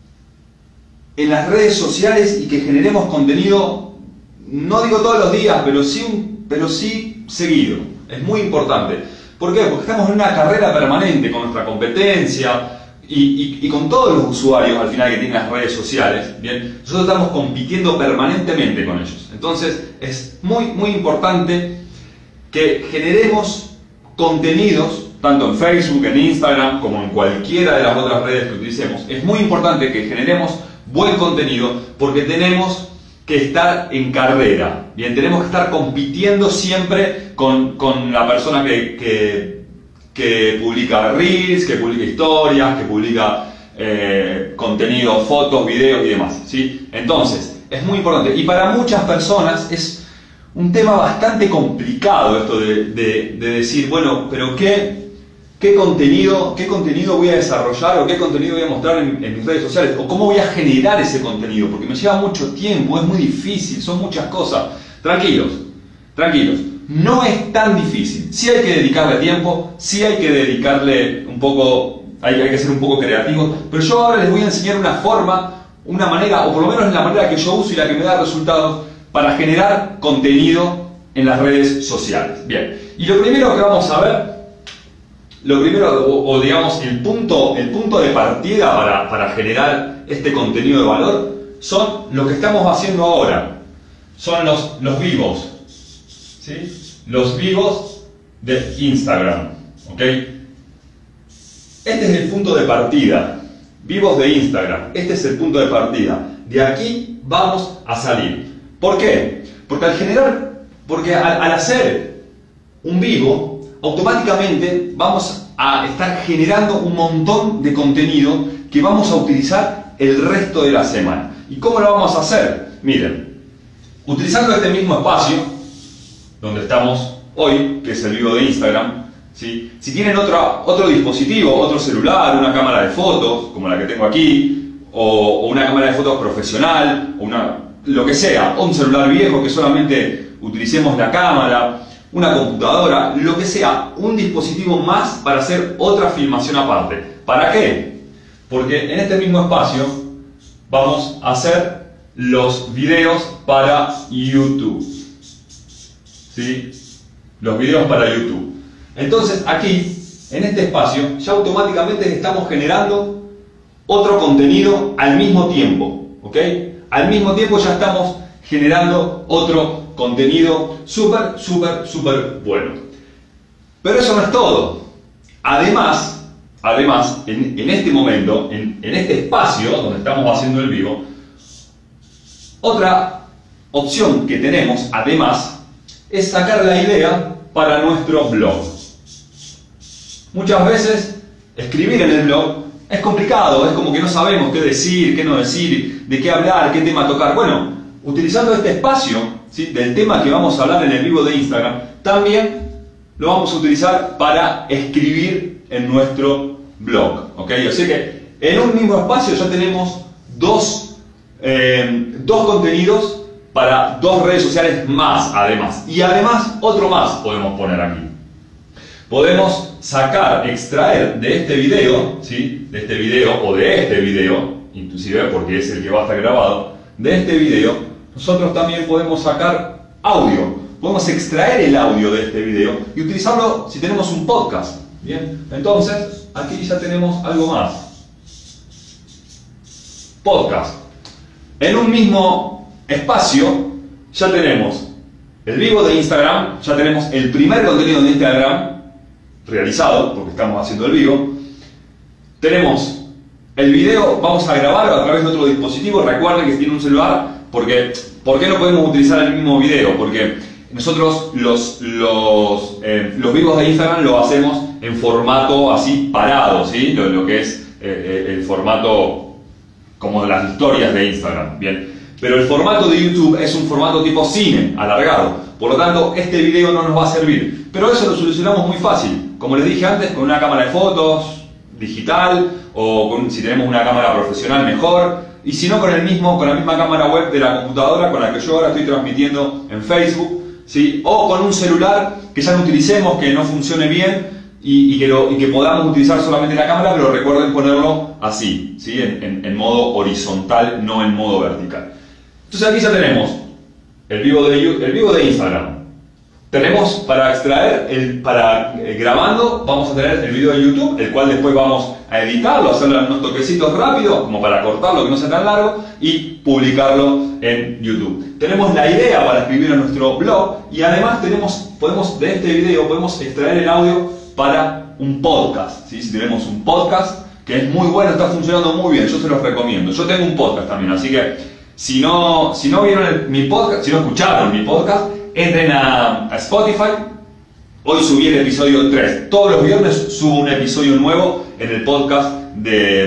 en las redes sociales y que generemos contenido, no digo todos los días, pero sí, pero sí seguido. Es muy importante. ¿Por qué? Porque estamos en una carrera permanente con nuestra competencia y, y, y con todos los usuarios al final que tienen las redes sociales. Bien, nosotros estamos compitiendo permanentemente con ellos. Entonces es muy, muy importante que generemos contenidos, tanto en Facebook, en Instagram, como en cualquiera de las otras redes que utilicemos. Es muy importante que generemos buen contenido porque tenemos que estar en carrera. Bien, tenemos que estar compitiendo siempre con, con la persona que, que, que publica reels, que publica historias, que publica eh, contenido, fotos, videos y demás, ¿sí? Entonces, es muy importante. Y para muchas personas es un tema bastante complicado esto de, de, de decir, bueno, pero ¿qué, qué, contenido, ¿qué contenido voy a desarrollar o qué contenido voy a mostrar en, en mis redes sociales? O cómo voy a generar ese contenido, porque me lleva mucho tiempo, es muy difícil, son muchas cosas. Tranquilos, tranquilos. No es tan difícil. Sí hay que dedicarle tiempo, sí hay que dedicarle un poco, hay, hay que ser un poco creativo, pero yo ahora les voy a enseñar una forma, una manera, o por lo menos la manera que yo uso y la que me da resultados para generar contenido en las redes sociales. Bien, y lo primero que vamos a ver, lo primero, o, o digamos, el punto, el punto de partida para, para generar este contenido de valor son lo que estamos haciendo ahora, son los, los vivos. ¿Sí? Los vivos de Instagram, ¿ok? Este es el punto de partida, vivos de Instagram, este es el punto de partida. De aquí vamos a salir. ¿Por qué? Porque al generar, porque al, al hacer un vivo, automáticamente vamos a estar generando un montón de contenido que vamos a utilizar el resto de la semana. ¿Y cómo lo vamos a hacer? Miren, utilizando este mismo espacio donde estamos hoy, que es el vivo de Instagram, ¿sí? Si tienen otro, otro dispositivo, otro celular, una cámara de fotos, como la que tengo aquí, o, o una cámara de fotos profesional, o una, lo que sea, o un celular viejo que solamente utilicemos la cámara, una computadora, lo que sea, un dispositivo más para hacer otra filmación aparte. ¿Para qué? Porque en este mismo espacio vamos a hacer los videos para YouTube. ¿Sí? Los videos para YouTube. Entonces aquí, en este espacio, ya automáticamente estamos generando otro contenido al mismo tiempo, ¿ok? Al mismo tiempo ya estamos generando otro contenido súper, súper, súper bueno. Pero eso no es todo. Además, además en, en este momento, en, en este espacio donde estamos haciendo el vivo, otra opción que tenemos, además, es sacar la idea para nuestro blog. Muchas veces escribir en el blog es complicado, es como que no sabemos qué decir, qué no decir, de qué hablar, qué tema tocar. Bueno, utilizando este espacio, ¿sí?, del tema que vamos a hablar en el vivo de Instagram, también lo vamos a utilizar para escribir en nuestro blog, ¿ok? Así que en un mismo espacio ya tenemos dos, eh, dos contenidos para dos redes sociales más, además. Y además, otro más podemos poner aquí. Podemos sacar, extraer de este video, ¿sí?, de este video o de este video, inclusive porque es el que va a estar grabado, de este video, nosotros también podemos sacar audio. Podemos extraer el audio de este video y utilizarlo si tenemos un podcast. Bien, entonces, aquí ya tenemos algo más. Podcast. En un mismo espacio ya tenemos el vivo de Instagram, ya tenemos el primer contenido de Instagram realizado, porque estamos haciendo el vivo. Tenemos el video, vamos a grabarlo a través de otro dispositivo. Recuerden que si tienen un celular, porque ¿por qué no podemos utilizar el mismo video? Porque nosotros los, los, eh, los vivos de Instagram lo hacemos en formato así parado, ¿sí? Lo, lo que es eh, el formato como de las historias de Instagram, ¿bien? Pero el formato de YouTube es un formato tipo cine, alargado. Por lo tanto, este video no nos va a servir. Pero eso lo solucionamos muy fácil. Como les dije antes, con una cámara de fotos digital, o con, si tenemos una cámara profesional, mejor. Y si no, con, el mismo, con la misma cámara web de la computadora con la que yo ahora estoy transmitiendo en Facebook, ¿sí? O con un celular que ya no utilicemos, que no funcione bien, y, y, que, lo, y que podamos utilizar solamente la cámara, pero recuerden ponerlo así, ¿sí? en, en, en modo horizontal, no en modo vertical. Entonces aquí ya tenemos el vivo de, el vivo de Instagram. Tenemos para extraer, el, para eh, grabando, vamos a tener el video de YouTube, el cual después vamos a editarlo, hacerle unos toquecitos rápidos, como para cortarlo, que no sea tan largo, y publicarlo en YouTube. Tenemos la idea para escribir en nuestro blog, y además tenemos, podemos, de este video podemos extraer el audio para un podcast, ¿sí? Si tenemos un podcast, que es muy bueno, está funcionando muy bien, yo se los recomiendo. Yo tengo un podcast también, así que si no, si no vieron el, mi podcast, si no escucharon mi podcast, entren a, a Spotify. Hoy subí el episodio tres. Todos los viernes subo un episodio nuevo en el podcast de,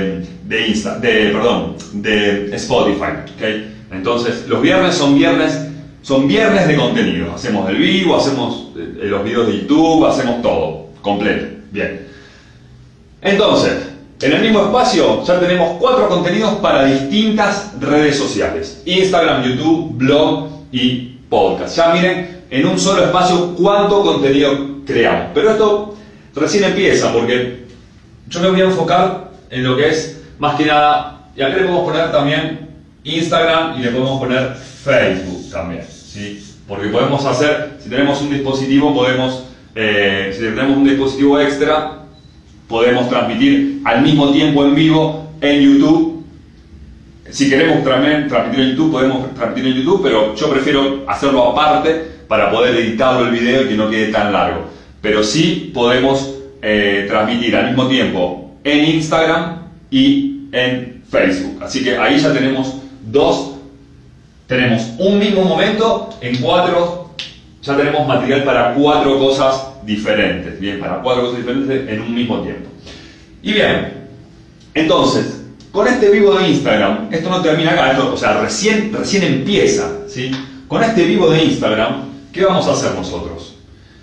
de Insta, de, perdón, de Spotify, ¿okay? Entonces, los viernes son viernes, son viernes de contenido. Hacemos el vivo, hacemos eh, los videos de YouTube, hacemos todo, completo. Bien. Entonces, en el mismo espacio ya tenemos cuatro contenidos para distintas redes sociales. Instagram, YouTube, blog y podcast. Ya miren, en un solo espacio cuánto contenido creamos. Pero esto recién empieza porque yo me voy a enfocar en lo que es más que nada, y acá le podemos poner también Instagram y le podemos poner Facebook también, ¿sí? Porque podemos hacer, si tenemos un dispositivo, podemos, eh, si tenemos un dispositivo extra, podemos transmitir al mismo tiempo en vivo en YouTube. Si queremos también transmitir en YouTube, podemos transmitir en YouTube, pero yo prefiero hacerlo aparte para poder editarlo el video y que no quede tan largo. Pero sí podemos eh, transmitir al mismo tiempo en Instagram y en Facebook. Así que ahí ya tenemos dos, tenemos un mismo momento en cuatro, ya tenemos material para cuatro cosas diferentes, bien, para cuatro cosas diferentes en un mismo tiempo. Y bien, entonces, con este vivo de Instagram, esto no termina acá, esto, o sea, recién, recién empieza, ¿sí? Con este vivo de Instagram, ¿qué vamos a hacer nosotros?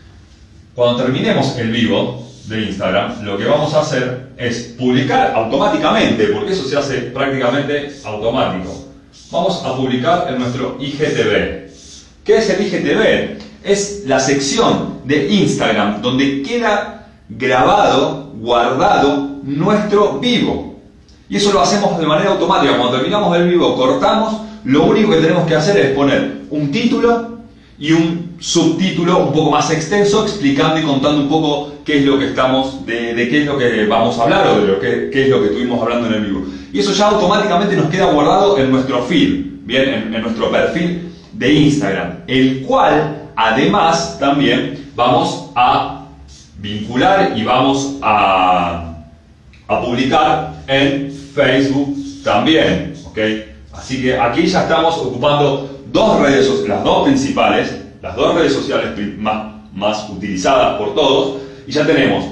Cuando terminemos el vivo de Instagram, lo que vamos a hacer es publicar automáticamente, porque eso se hace prácticamente automático. Vamos a publicar en nuestro I G T V. ¿Qué es el I G T V? Es la sección de Instagram donde queda grabado, guardado nuestro vivo. Y eso lo hacemos de manera automática. Cuando terminamos el vivo, cortamos. Lo único que tenemos que hacer es poner un título y un subtítulo un poco más extenso, explicando y contando un poco qué es lo que estamos, de, de qué es lo que vamos a hablar o de lo que, qué es lo que estuvimos hablando en el vivo. Y eso ya automáticamente nos queda guardado en nuestro feed, bien, en, en nuestro perfil de Instagram, el cual además también vamos a vincular y vamos a, a publicar en Facebook también, ¿ok? Así que aquí ya estamos ocupando dos redes sociales, las dos principales, las dos redes sociales más, más utilizadas por todos, y ya tenemos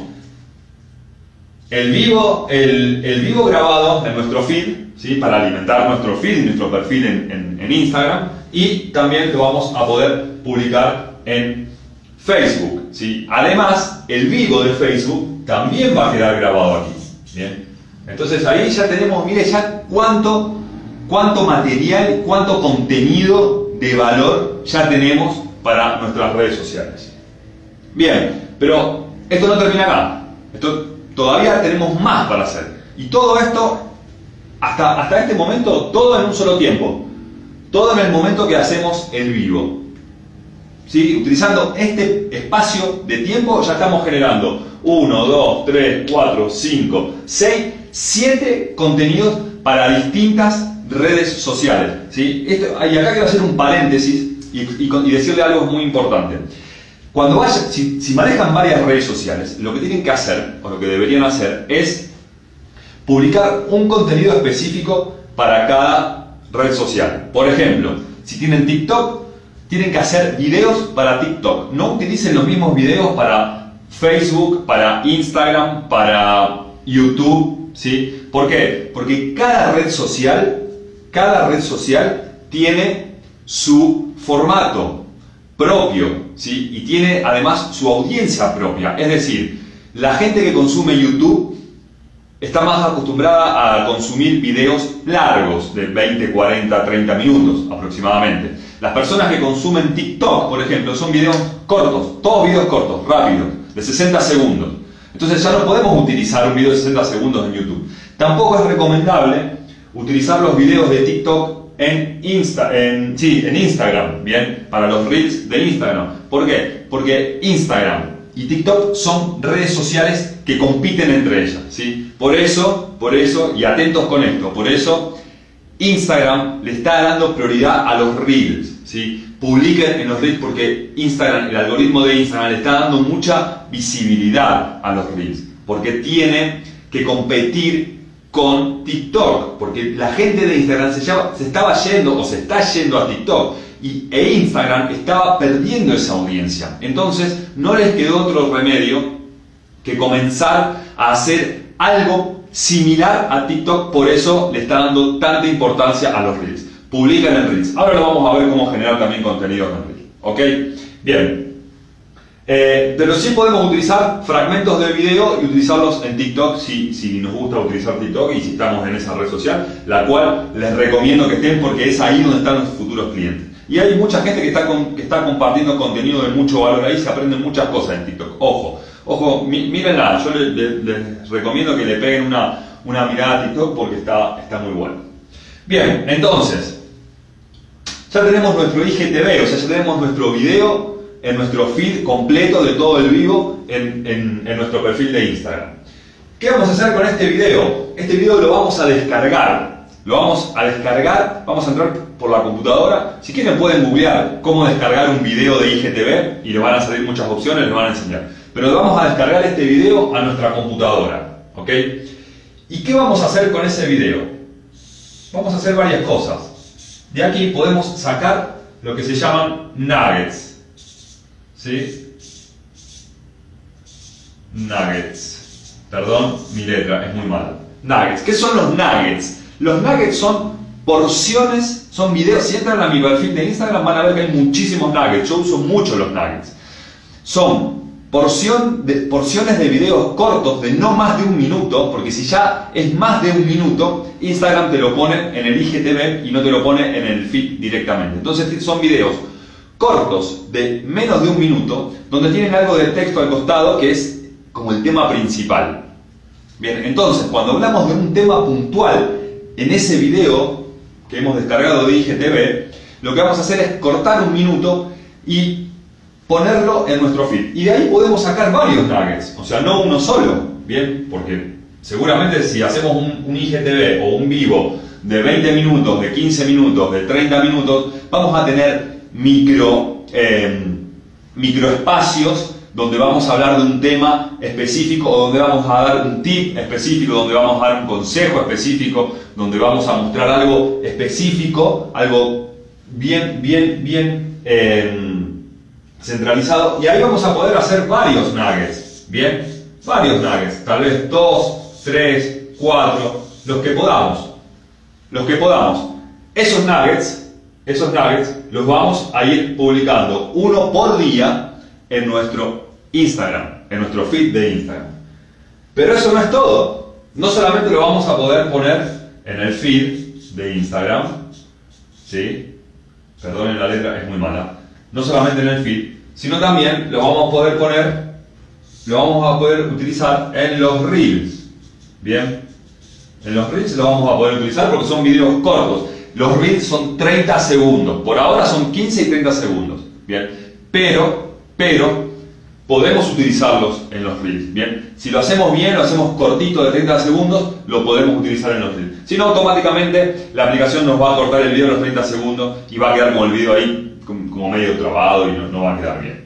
el vivo, el, el vivo grabado en nuestro feed, ¿sí? Para alimentar nuestro feed y nuestro perfil en, en, en Instagram, y también lo vamos a poder publicar en Facebook, ¿sí? Además, el vivo de Facebook también va a quedar grabado aquí, ¿bien? Entonces ahí ya tenemos, mire ya cuánto, cuánto material, cuánto contenido de valor ya tenemos para nuestras redes sociales. Bien, pero esto no termina acá. Esto, todavía tenemos más para hacer. Y todo esto, hasta, hasta este momento, todo en un solo tiempo. Todo en el momento que hacemos el vivo. ¿Sí? Utilizando este espacio de tiempo ya estamos generando uno, dos, tres, cuatro, cinco, seis, siete contenidos para distintas redes sociales. ¿Sí? Esto, y acá quiero hacer un paréntesis y, y, y decirle algo muy importante. Cuando vaya, si, si manejan varias redes sociales, lo que tienen que hacer, o lo que deberían hacer, es publicar un contenido específico para cada red social. Por ejemplo, si tienen TikTok, tienen que hacer videos para TikTok. No utilicen los mismos videos para Facebook, para Instagram, para YouTube, ¿sí? ¿Por qué? Porque cada red social, cada red social tiene su formato propio, ¿sí? Y tiene además su audiencia propia. Es decir, la gente que consume YouTube está más acostumbrada a consumir videos largos de veinte, cuarenta, treinta minutos aproximadamente. Las personas que consumen TikTok, por ejemplo, son videos cortos, todos videos cortos, rápidos, de sesenta segundos. Entonces ya no podemos utilizar un video de sesenta segundos en YouTube. Tampoco es recomendable utilizar los videos de TikTok en, Insta, en, sí, en Instagram, ¿bien? Para los Reels de Instagram. ¿Por qué? Porque Instagram y TikTok son redes sociales que compiten entre ellas, ¿sí? Por eso, por eso, y atentos con esto, por eso Instagram le está dando prioridad a los Reels, ¿sí? Publiquen en los Reels porque Instagram, el algoritmo de Instagram le está dando mucha visibilidad a los Reels, porque tiene que competir con TikTok, porque la gente de Instagram se, llama, se estaba yendo o se está yendo a TikTok y, e Instagram estaba perdiendo esa audiencia. Entonces no les quedó otro remedio que comenzar a hacer algo similar a TikTok, por eso le está dando tanta importancia a los Reels. Publican en Reels. Ahora lo vamos a ver cómo generar también contenidos en Reels. ¿Ok? Bien. Eh, pero sí podemos utilizar fragmentos de video y utilizarlos en TikTok si, si nos gusta utilizar TikTok y si estamos en esa red social, la cual les recomiendo que estén porque es ahí donde están los futuros clientes. Y hay mucha gente que está, con, que está compartiendo contenido de mucho valor ahí, se aprenden muchas cosas en TikTok. Ojo, ojo, mí, mírenla, yo les, les, les recomiendo que le peguen una, una mirada a TikTok porque está, está muy bueno. Bien, entonces, ya tenemos nuestro I G T V, o sea, ya tenemos nuestro video en nuestro feed completo de todo el vivo en, en, en nuestro perfil de Instagram. ¿Qué vamos a hacer con este video? Este video lo vamos a descargar. Lo vamos a descargar, vamos a entrar por la computadora. Si quieren pueden googlear cómo descargar un video de I G T V y les van a salir muchas opciones, les van a enseñar. Pero vamos a descargar este video a nuestra computadora. ¿Ok? ¿Y qué vamos a hacer con ese video? Vamos a hacer varias cosas. De aquí podemos sacar lo que se llaman nuggets. ¿Sí? Nuggets. Perdón, mi letra es muy mala. Nuggets. ¿Qué son los nuggets? Los nuggets son porciones, son videos. Si entran a mi perfil de Instagram van a ver que hay muchísimos nuggets. Yo uso mucho los nuggets. Son porción de, porciones de videos cortos de no más de un minuto, porque si ya es más de un minuto, Instagram te lo pone en el I G T V y no te lo pone en el feed directamente. Entonces son videos cortos de menos de un minuto, donde tienen algo de texto al costado que es como el tema principal. Bien, entonces cuando hablamos de un tema puntual en ese video que hemos descargado de I G T V, lo que vamos a hacer es cortar un minuto y ponerlo en nuestro feed. Y de ahí podemos sacar varios nuggets, o sea, no uno solo, bien, porque seguramente si hacemos un, un I G T V o un vivo de veinte minutos, de quince minutos, de treinta minutos, vamos a tener micro, eh, microespacios donde vamos a hablar de un tema específico o donde vamos a dar un tip específico, donde vamos a dar un consejo específico, donde vamos a mostrar algo específico, algo bien, bien, bien eh, centralizado, y ahí vamos a poder hacer varios nuggets, bien, varios nuggets, tal vez dos, tres, cuatro, los que podamos, los que podamos. Esos nuggets, esos nuggets los vamos a ir publicando uno por día en nuestro Instagram, en nuestro feed de Instagram. Pero eso no es todo. No solamente lo vamos a poder poner en el feed de Instagram, ¿sí? Perdonen la letra, es muy mala. No solamente en el feed, sino también lo vamos a poder poner, lo vamos a poder utilizar en los Reels. Bien, en los Reels lo vamos a poder utilizar porque son videos cortos. Los Reels son treinta segundos, por ahora son quince y treinta segundos. Bien, pero, pero podemos utilizarlos en los Reels. Bien, si lo hacemos bien, lo hacemos cortito de treinta segundos, lo podemos utilizar en los Reels. Si no, automáticamente la aplicación nos va a cortar el video a los treinta segundos y va a quedar como el video ahí como medio trabado y no, no va a quedar bien.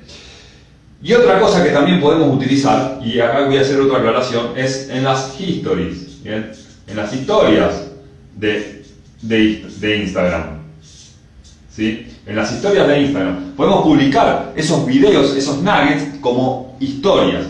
Y otra cosa que también podemos utilizar, y acá voy a hacer otra aclaración, es en las histories, ¿bien? En las historias de, de, de Instagram, ¿sí? En las historias de Instagram podemos publicar esos videos, esos nuggets como historias,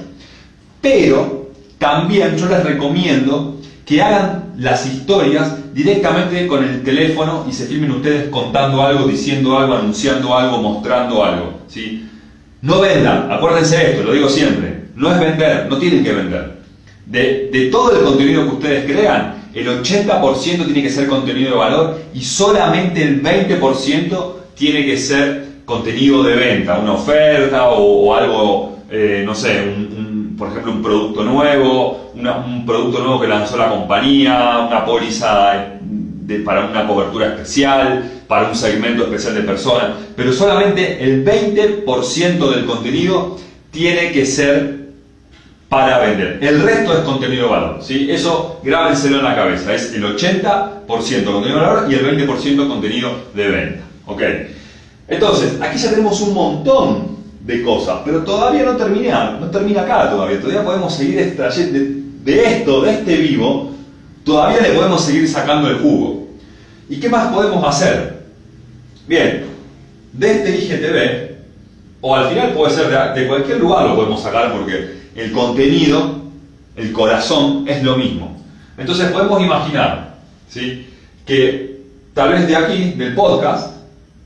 pero también yo les recomiendo que hagan las historias directamente con el teléfono y se filmen ustedes contando algo, diciendo algo, anunciando algo, mostrando algo, ¿sí? No vendan, acuérdense de esto, lo digo siempre, no es vender, no tienen que vender. De, de todo el contenido que ustedes crean, el ochenta por ciento tiene que ser contenido de valor y solamente el veinte por ciento tiene que ser contenido de venta, una oferta o, o algo, eh, no sé, un, un, por ejemplo un producto nuevo, una, un producto nuevo que lanzó la compañía, una póliza de, para una cobertura especial, para un segmento especial de personas, pero solamente el veinte por ciento del contenido tiene que ser para vender. El resto es contenido de valor, ¿sí? Eso grábenselo en la cabeza, es el ochenta por ciento contenido de valor y el veinte por ciento contenido de venta. ¿Ok? Entonces, aquí ya tenemos un montón de cosas, pero todavía no termina, no termina acá todavía, todavía podemos seguir extrayendo de, de esto, de este vivo, todavía le podemos seguir sacando el jugo. ¿Y qué más podemos hacer? Bien, de este I G T V, o al final puede ser de, de cualquier lugar lo podemos sacar porque el contenido, el corazón es lo mismo. Entonces podemos imaginar, ¿sí?, que tal vez de aquí, del podcast,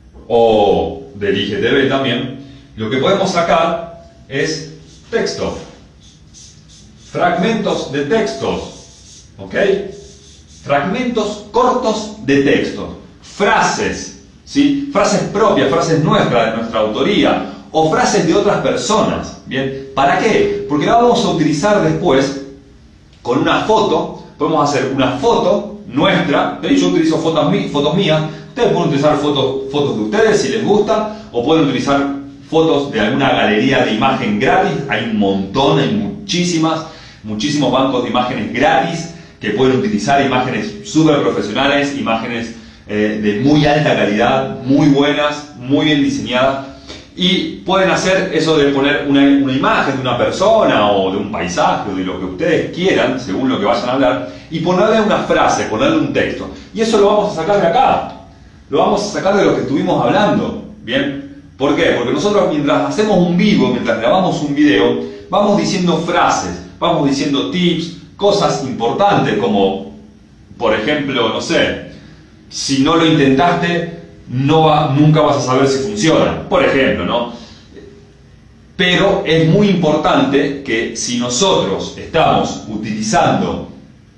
o del I G T V también, lo que podemos sacar es texto, fragmentos de textos, ¿ok? Fragmentos cortos de textos, frases, ¿sí?, frases propias, frases nuestras, de nuestra autoría, o frases de otras personas, ¿bien? ¿Para qué? Porque la vamos a utilizar después con una foto. Podemos hacer una foto nuestra, ¿sí? Yo utilizo fotos, fotos mías, ustedes pueden utilizar fotos, fotos de ustedes si les gusta, o pueden utilizar fotos de alguna galería de imagen gratis. Hay un montón, hay muchísimas, muchísimos bancos de imágenes gratis que pueden utilizar, imágenes súper profesionales, imágenes eh, de muy alta calidad, muy buenas, muy bien diseñadas. Y pueden hacer eso de poner una, una imagen de una persona o de un paisaje o de lo que ustedes quieran, según lo que vayan a hablar, y ponerle una frase, ponerle un texto. Y eso lo vamos a sacar de acá. Lo vamos a sacar de lo que estuvimos hablando. ¿Bien? ¿Por qué? Porque nosotros mientras hacemos un vivo, mientras grabamos un video, vamos diciendo frases, vamos diciendo tips, cosas importantes como, por ejemplo, no sé, si no lo intentaste, no va, nunca vas a saber si funciona, por ejemplo, ¿no? Pero es muy importante que si nosotros estamos utilizando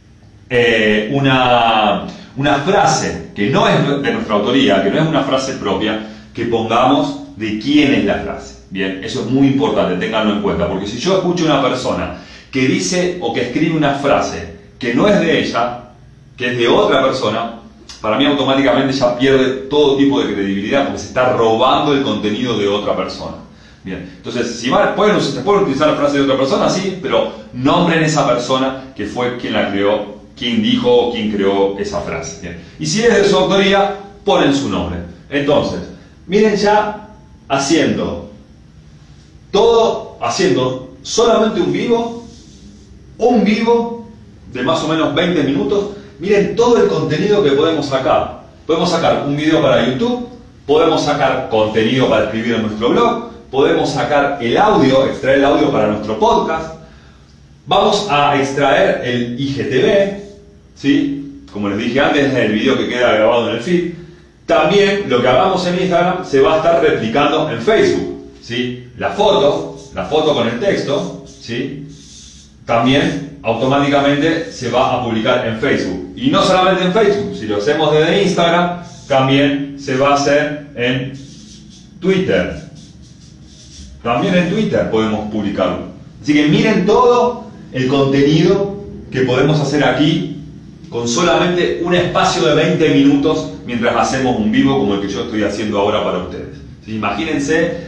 eh, una, una frase que no es de nuestra autoría, que no es una frase propia, que pongamos de quién es la frase. Bien, eso es muy importante, ténganlo en cuenta, porque si yo escucho a una persona que dice o que escribe una frase que no es de ella, que es de otra persona, para mí automáticamente ya pierde todo tipo de credibilidad porque se está robando el contenido de otra persona. Bien, entonces, si van, pueden, se pueden utilizar la frase de otra persona, sí, pero nombren esa persona que fue quien la creó, quien dijo o quien creó esa frase. Bien. Y si es de su autoría, ponen su nombre. Entonces, miren ya haciendo todo, haciendo solamente un vivo, un vivo de más o menos veinte minutos. Miren todo el contenido que podemos sacar. Podemos sacar un video para YouTube, podemos sacar contenido para escribir en nuestro blog, podemos sacar el audio, extraer el audio para nuestro podcast. Vamos a extraer el I G T V, ¿sí? Como les dije antes, es el video que queda grabado en el feed. También lo que hagamos en Instagram se va a estar replicando en Facebook, ¿sí? La foto, la foto con el texto, ¿sí?, también automáticamente se va a publicar en Facebook. Y no solamente en Facebook, si lo hacemos desde Instagram, también se va a hacer en Twitter. También en Twitter podemos publicarlo. Así que miren todo el contenido que podemos hacer aquí con solamente un espacio de veinte minutos mientras hacemos un vivo como el que yo estoy haciendo ahora para ustedes. ¿Sí? Imagínense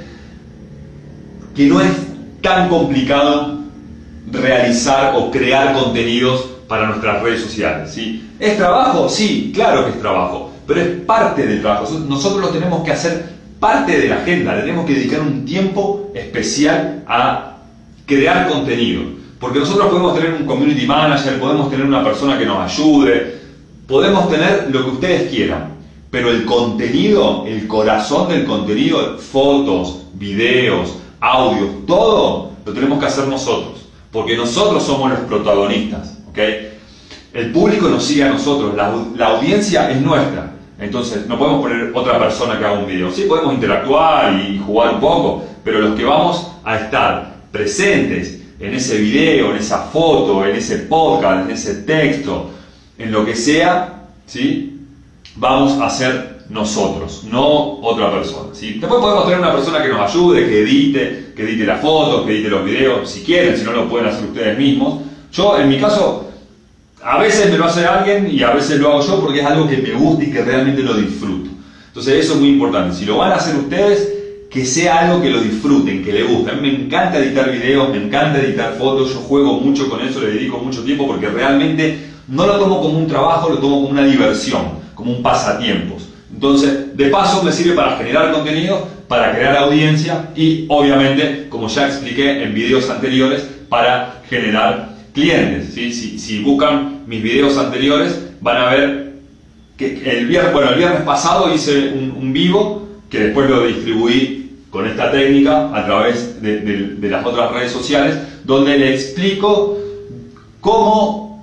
que no es tan complicado realizar o crear contenidos para nuestras redes sociales, ¿sí? ¿Es trabajo? Sí, claro que es trabajo, pero es parte del trabajo. Nosotros lo tenemos que hacer parte de la agenda, le tenemos que dedicar un tiempo especial a crear contenido, porque nosotros podemos tener un community manager, podemos tener una persona que nos ayude, podemos tener lo que ustedes quieran, pero el contenido, el corazón del contenido, fotos, videos, audios, todo lo tenemos que hacer nosotros. Porque nosotros somos los protagonistas, ¿ok? El público nos sigue a nosotros, la, la audiencia es nuestra. Entonces, no podemos poner otra persona que haga un video. Sí podemos interactuar y jugar un poco, pero los que vamos a estar presentes en ese video, en esa foto, en ese podcast, en ese texto, en lo que sea, ¿sí?, vamos a ser nosotros, no otra persona, ¿sí? Después podemos tener una persona que nos ayude, que edite, que edite las fotos, que edite los videos, si quieren, si no lo pueden hacer ustedes mismos. Yo, en mi caso, a veces me lo hace alguien y a veces lo hago yo porque es algo que me gusta y que realmente lo disfruto. Entonces eso es muy importante. Si lo van a hacer ustedes, que sea algo que lo disfruten, que les guste. A mí me encanta editar videos, me encanta editar fotos, yo juego mucho con eso, le dedico mucho tiempo porque realmente no lo tomo como un trabajo, lo tomo como una diversión, como un pasatiempos. Entonces, de paso me sirve para generar contenido, para crear audiencia y obviamente, como ya expliqué en videos anteriores, para generar clientes, ¿sí? Si, si buscan mis videos anteriores van a ver que el viernes, bueno, el viernes pasado hice un, un vivo que después lo distribuí con esta técnica a través de, de, de las otras redes sociales, donde le explico cómo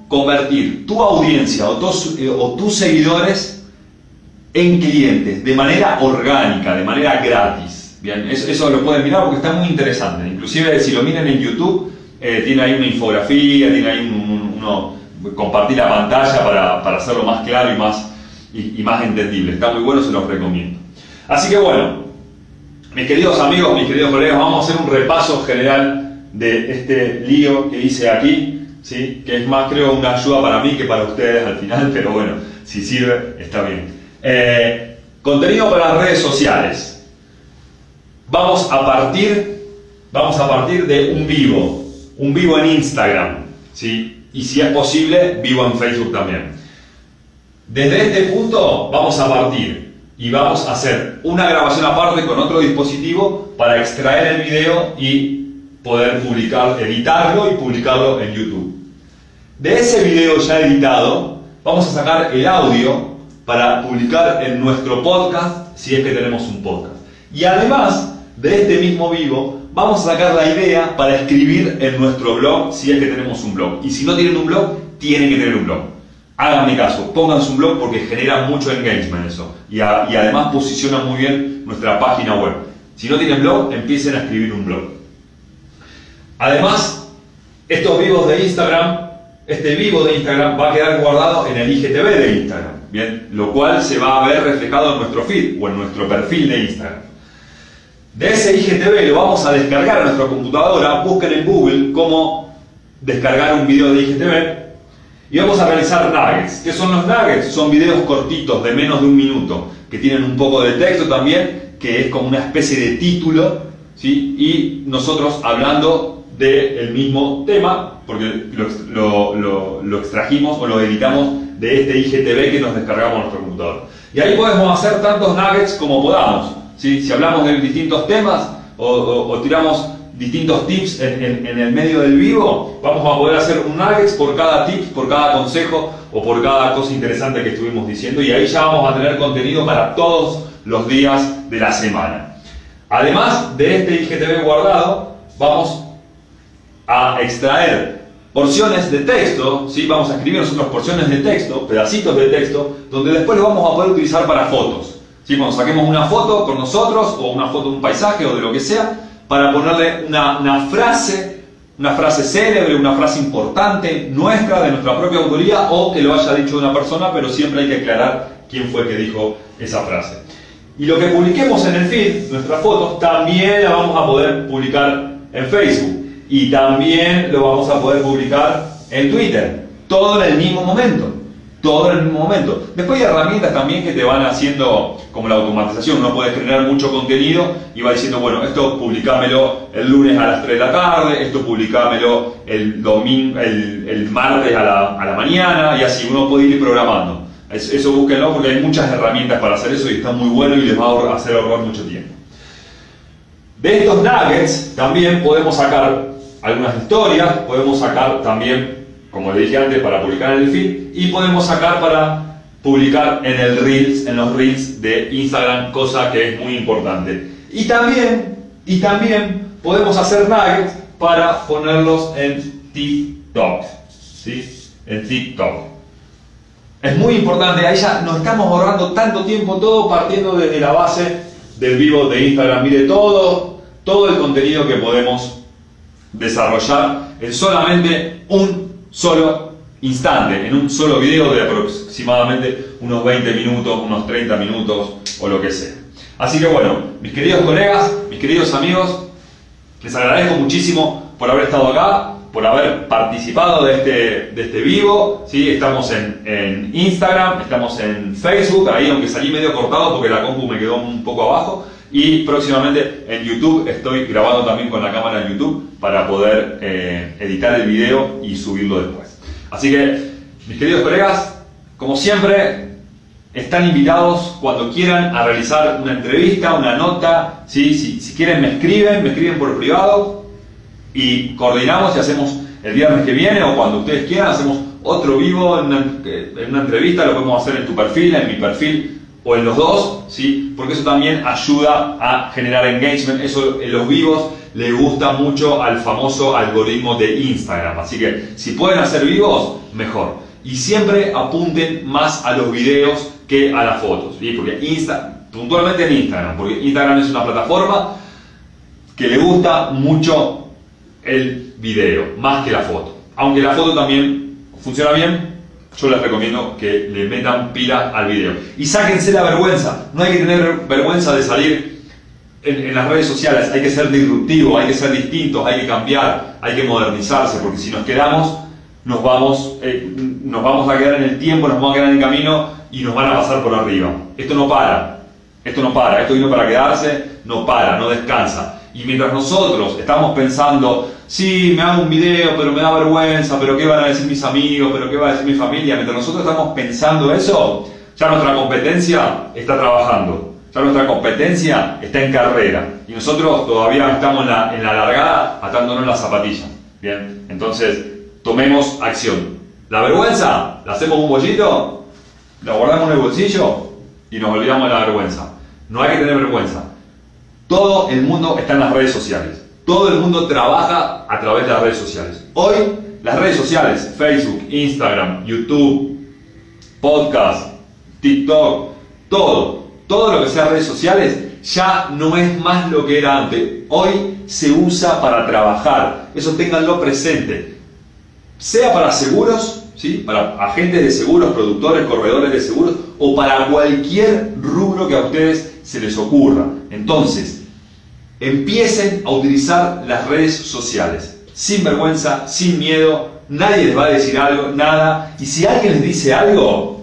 convertir tu audiencia o tus, eh, o tus seguidores en clientes de manera orgánica, de manera gratis. Bien, eso, eso lo pueden mirar porque está muy interesante. Inclusive si lo miran en YouTube, eh, tiene ahí una infografía, tiene ahí un, un, uno, compartir la pantalla para, para hacerlo más claro y más, y, y más entendible. Está muy bueno, se los recomiendo. Así que bueno, mis queridos amigos, mis queridos colegas, vamos a hacer un repaso general de este lío que hice aquí, ¿sí? Que es más, creo, una ayuda para mí que para ustedes al final, pero bueno, si sirve, está bien. Eh, contenido para las redes sociales. Vamos a partir, vamos a partir de un vivo, un vivo en Instagram, ¿sí? Y si es posible, vivo en Facebook también. Desde este punto vamos a partir y vamos a hacer una grabación aparte con otro dispositivo para extraer el video y poder publicar, editarlo y publicarlo en YouTube. De ese video ya editado, vamos a sacar el audio para publicar en nuestro podcast, si es que tenemos un podcast. Y además de este mismo vivo, vamos a sacar la idea para escribir en nuestro blog, si es que tenemos un blog. Y si no tienen un blog, tienen que tener un blog. Háganme caso, pónganse un blog porque genera mucho engagement eso. Y, a, y además posiciona muy bien nuestra página web. Si no tienen blog, empiecen a escribir un blog. Además, estos vivos de Instagram, este vivo de Instagram va a quedar guardado en el I G T V de Instagram, ¿bien? Lo cual se va a ver reflejado en nuestro feed o en nuestro perfil de Instagram. De ese I G T V lo vamos a descargar a nuestra computadora. Busquen en Google cómo descargar un video de I G T V y vamos a realizar nuggets. ¿Qué son los nuggets? Son videos cortitos de menos de un minuto que tienen un poco de texto también, que es como una especie de título, ¿sí? Y nosotros hablando del mismo tema, porque lo, lo, lo, lo extrajimos o lo editamos de este I G T V que nos descargamos a nuestra computadora. Y ahí podemos hacer tantos nuggets como podamos, ¿sí? Si hablamos de distintos temas o, o, o tiramos distintos tips en, en, en el medio del vivo, vamos a poder hacer un nuggets por cada tip, por cada consejo o por cada cosa interesante que estuvimos diciendo, y ahí ya vamos a tener contenido para todos los días de la semana. Además de este I G T V guardado, vamos a extraer porciones de texto, ¿sí? Vamos a escribir nosotros porciones de texto, pedacitos de texto, donde después lo vamos a poder utilizar para fotos, ¿sí? Cuando saquemos una foto con nosotros, o una foto de un paisaje o de lo que sea, para ponerle una, una frase, una frase célebre, una frase importante, nuestra, de nuestra propia autoría, o que lo haya dicho una persona, pero siempre hay que aclarar quién fue que dijo esa frase. Y lo que publiquemos en el feed, nuestras fotos, también la vamos a poder publicar en Facebook. Y también lo vamos a poder publicar en Twitter. Todo en el mismo momento. Todo en el mismo momento. Después hay herramientas también que te van haciendo, como la automatización. Uno puede generar mucho contenido y va diciendo, bueno, esto publicámelo el lunes a las tres de la tarde, esto publicámelo el domingo, el, el martes a la, a la mañana, y así uno puede ir programando. Eso, eso búsquenlo porque hay muchas herramientas para hacer eso y está muy bueno y les va a hacer ahorrar mucho tiempo. De estos nuggets también podemos sacar algunas historias, podemos sacar también, como le dije antes, para publicar en el feed, y podemos sacar para publicar en el Reels, en los Reels de Instagram, cosa que es muy importante. Y también, y también podemos hacer nuggets para ponerlos en TikTok, ¿sí? En TikTok. Es muy importante, ahí ya nos estamos ahorrando tanto tiempo, todo partiendo desde la base del vivo de Instagram. Mire todo, todo el contenido que podemos desarrollar en solamente un solo instante, en un solo video de aproximadamente unos veinte minutos, unos treinta minutos o lo que sea. Así que bueno, mis queridos colegas, mis queridos amigos, les agradezco muchísimo por haber estado acá, por haber participado de este, de este vivo, ¿sí? Estamos en, en Instagram, estamos en Facebook, ahí aunque salí medio cortado porque la compu me quedó un poco abajo. Y próximamente en YouTube estoy grabando también con la cámara en YouTube para poder eh, editar el video y subirlo después. Así que, mis queridos colegas, como siempre, están invitados cuando quieran a realizar una entrevista, una nota, ¿sí? si, si quieren me escriben, me escriben por privado y coordinamos y hacemos el viernes que viene o cuando ustedes quieran, hacemos otro vivo en una, en una entrevista, lo podemos hacer en tu perfil, en mi perfil, o en los dos, ¿sí? Porque eso también ayuda a generar engagement. Eso en los vivos le gusta mucho al famoso algoritmo de Instagram. Así que si pueden hacer vivos, mejor. Y siempre apunten más a los videos que a las fotos, ¿sí? Porque Insta, puntualmente en Instagram, porque Instagram es una plataforma que le gusta mucho el video, más que la foto. Aunque la foto también funciona bien, yo les recomiendo que le metan pila al video. Y sáquense la vergüenza. No hay que tener vergüenza de salir en, en las redes sociales. Hay que ser disruptivo, hay que ser distintos, hay que cambiar, hay que modernizarse, porque si nos quedamos, nos vamos, eh, nos vamos a quedar en el tiempo, nos vamos a quedar en el camino y nos van a pasar por arriba. Esto no para, esto no para, esto vino para quedarse, no para, no descansa. Y mientras nosotros estamos pensando, sí, me hago un video, pero me da vergüenza, pero qué van a decir mis amigos, pero qué va a decir mi familia, mientras nosotros estamos pensando eso, ya nuestra competencia está trabajando, ya nuestra competencia está en carrera y nosotros todavía estamos en la, en la largada atándonos las zapatillas. Bien, entonces tomemos acción. La vergüenza, la hacemos un bollito, la guardamos en el bolsillo y nos olvidamos de la vergüenza. No hay que tener vergüenza. Todo el mundo está en las redes sociales. Todo el mundo trabaja a través de las redes sociales. Hoy, las redes sociales, Facebook, Instagram, YouTube, podcast, TikTok, todo, todo lo que sea redes sociales ya no es más lo que era antes. Hoy se usa para trabajar. Eso ténganlo presente. Sea para seguros, ¿sí? Para agentes de seguros, productores, corredores de seguros, o para cualquier rubro que a ustedes se les ocurra. Entonces, empiecen a utilizar las redes sociales, sin vergüenza, sin miedo, nadie les va a decir algo, nada, y si alguien les dice algo,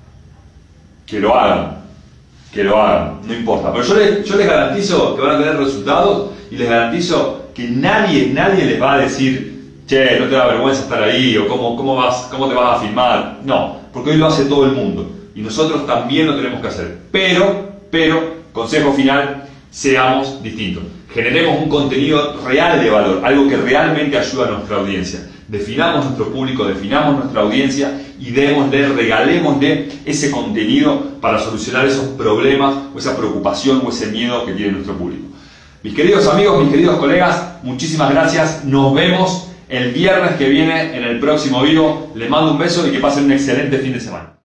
que lo hagan, que lo hagan, no importa, pero yo les, yo les garantizo que van a tener resultados y les garantizo que nadie, nadie les va a decir, che, no te da vergüenza estar ahí, o cómo, cómo, vas, cómo te vas a filmar, no, porque hoy lo hace todo el mundo, y nosotros también lo tenemos que hacer, pero, pero, consejo final, seamos distintos. Generemos un contenido real de valor, algo que realmente ayuda a nuestra audiencia. Definamos nuestro público, definamos nuestra audiencia y démosle, regalémosle ese contenido para solucionar esos problemas o esa preocupación o ese miedo que tiene nuestro público. Mis queridos amigos, mis queridos colegas, muchísimas gracias. Nos vemos el viernes que viene en el próximo vivo. Les mando un beso y que pasen un excelente fin de semana.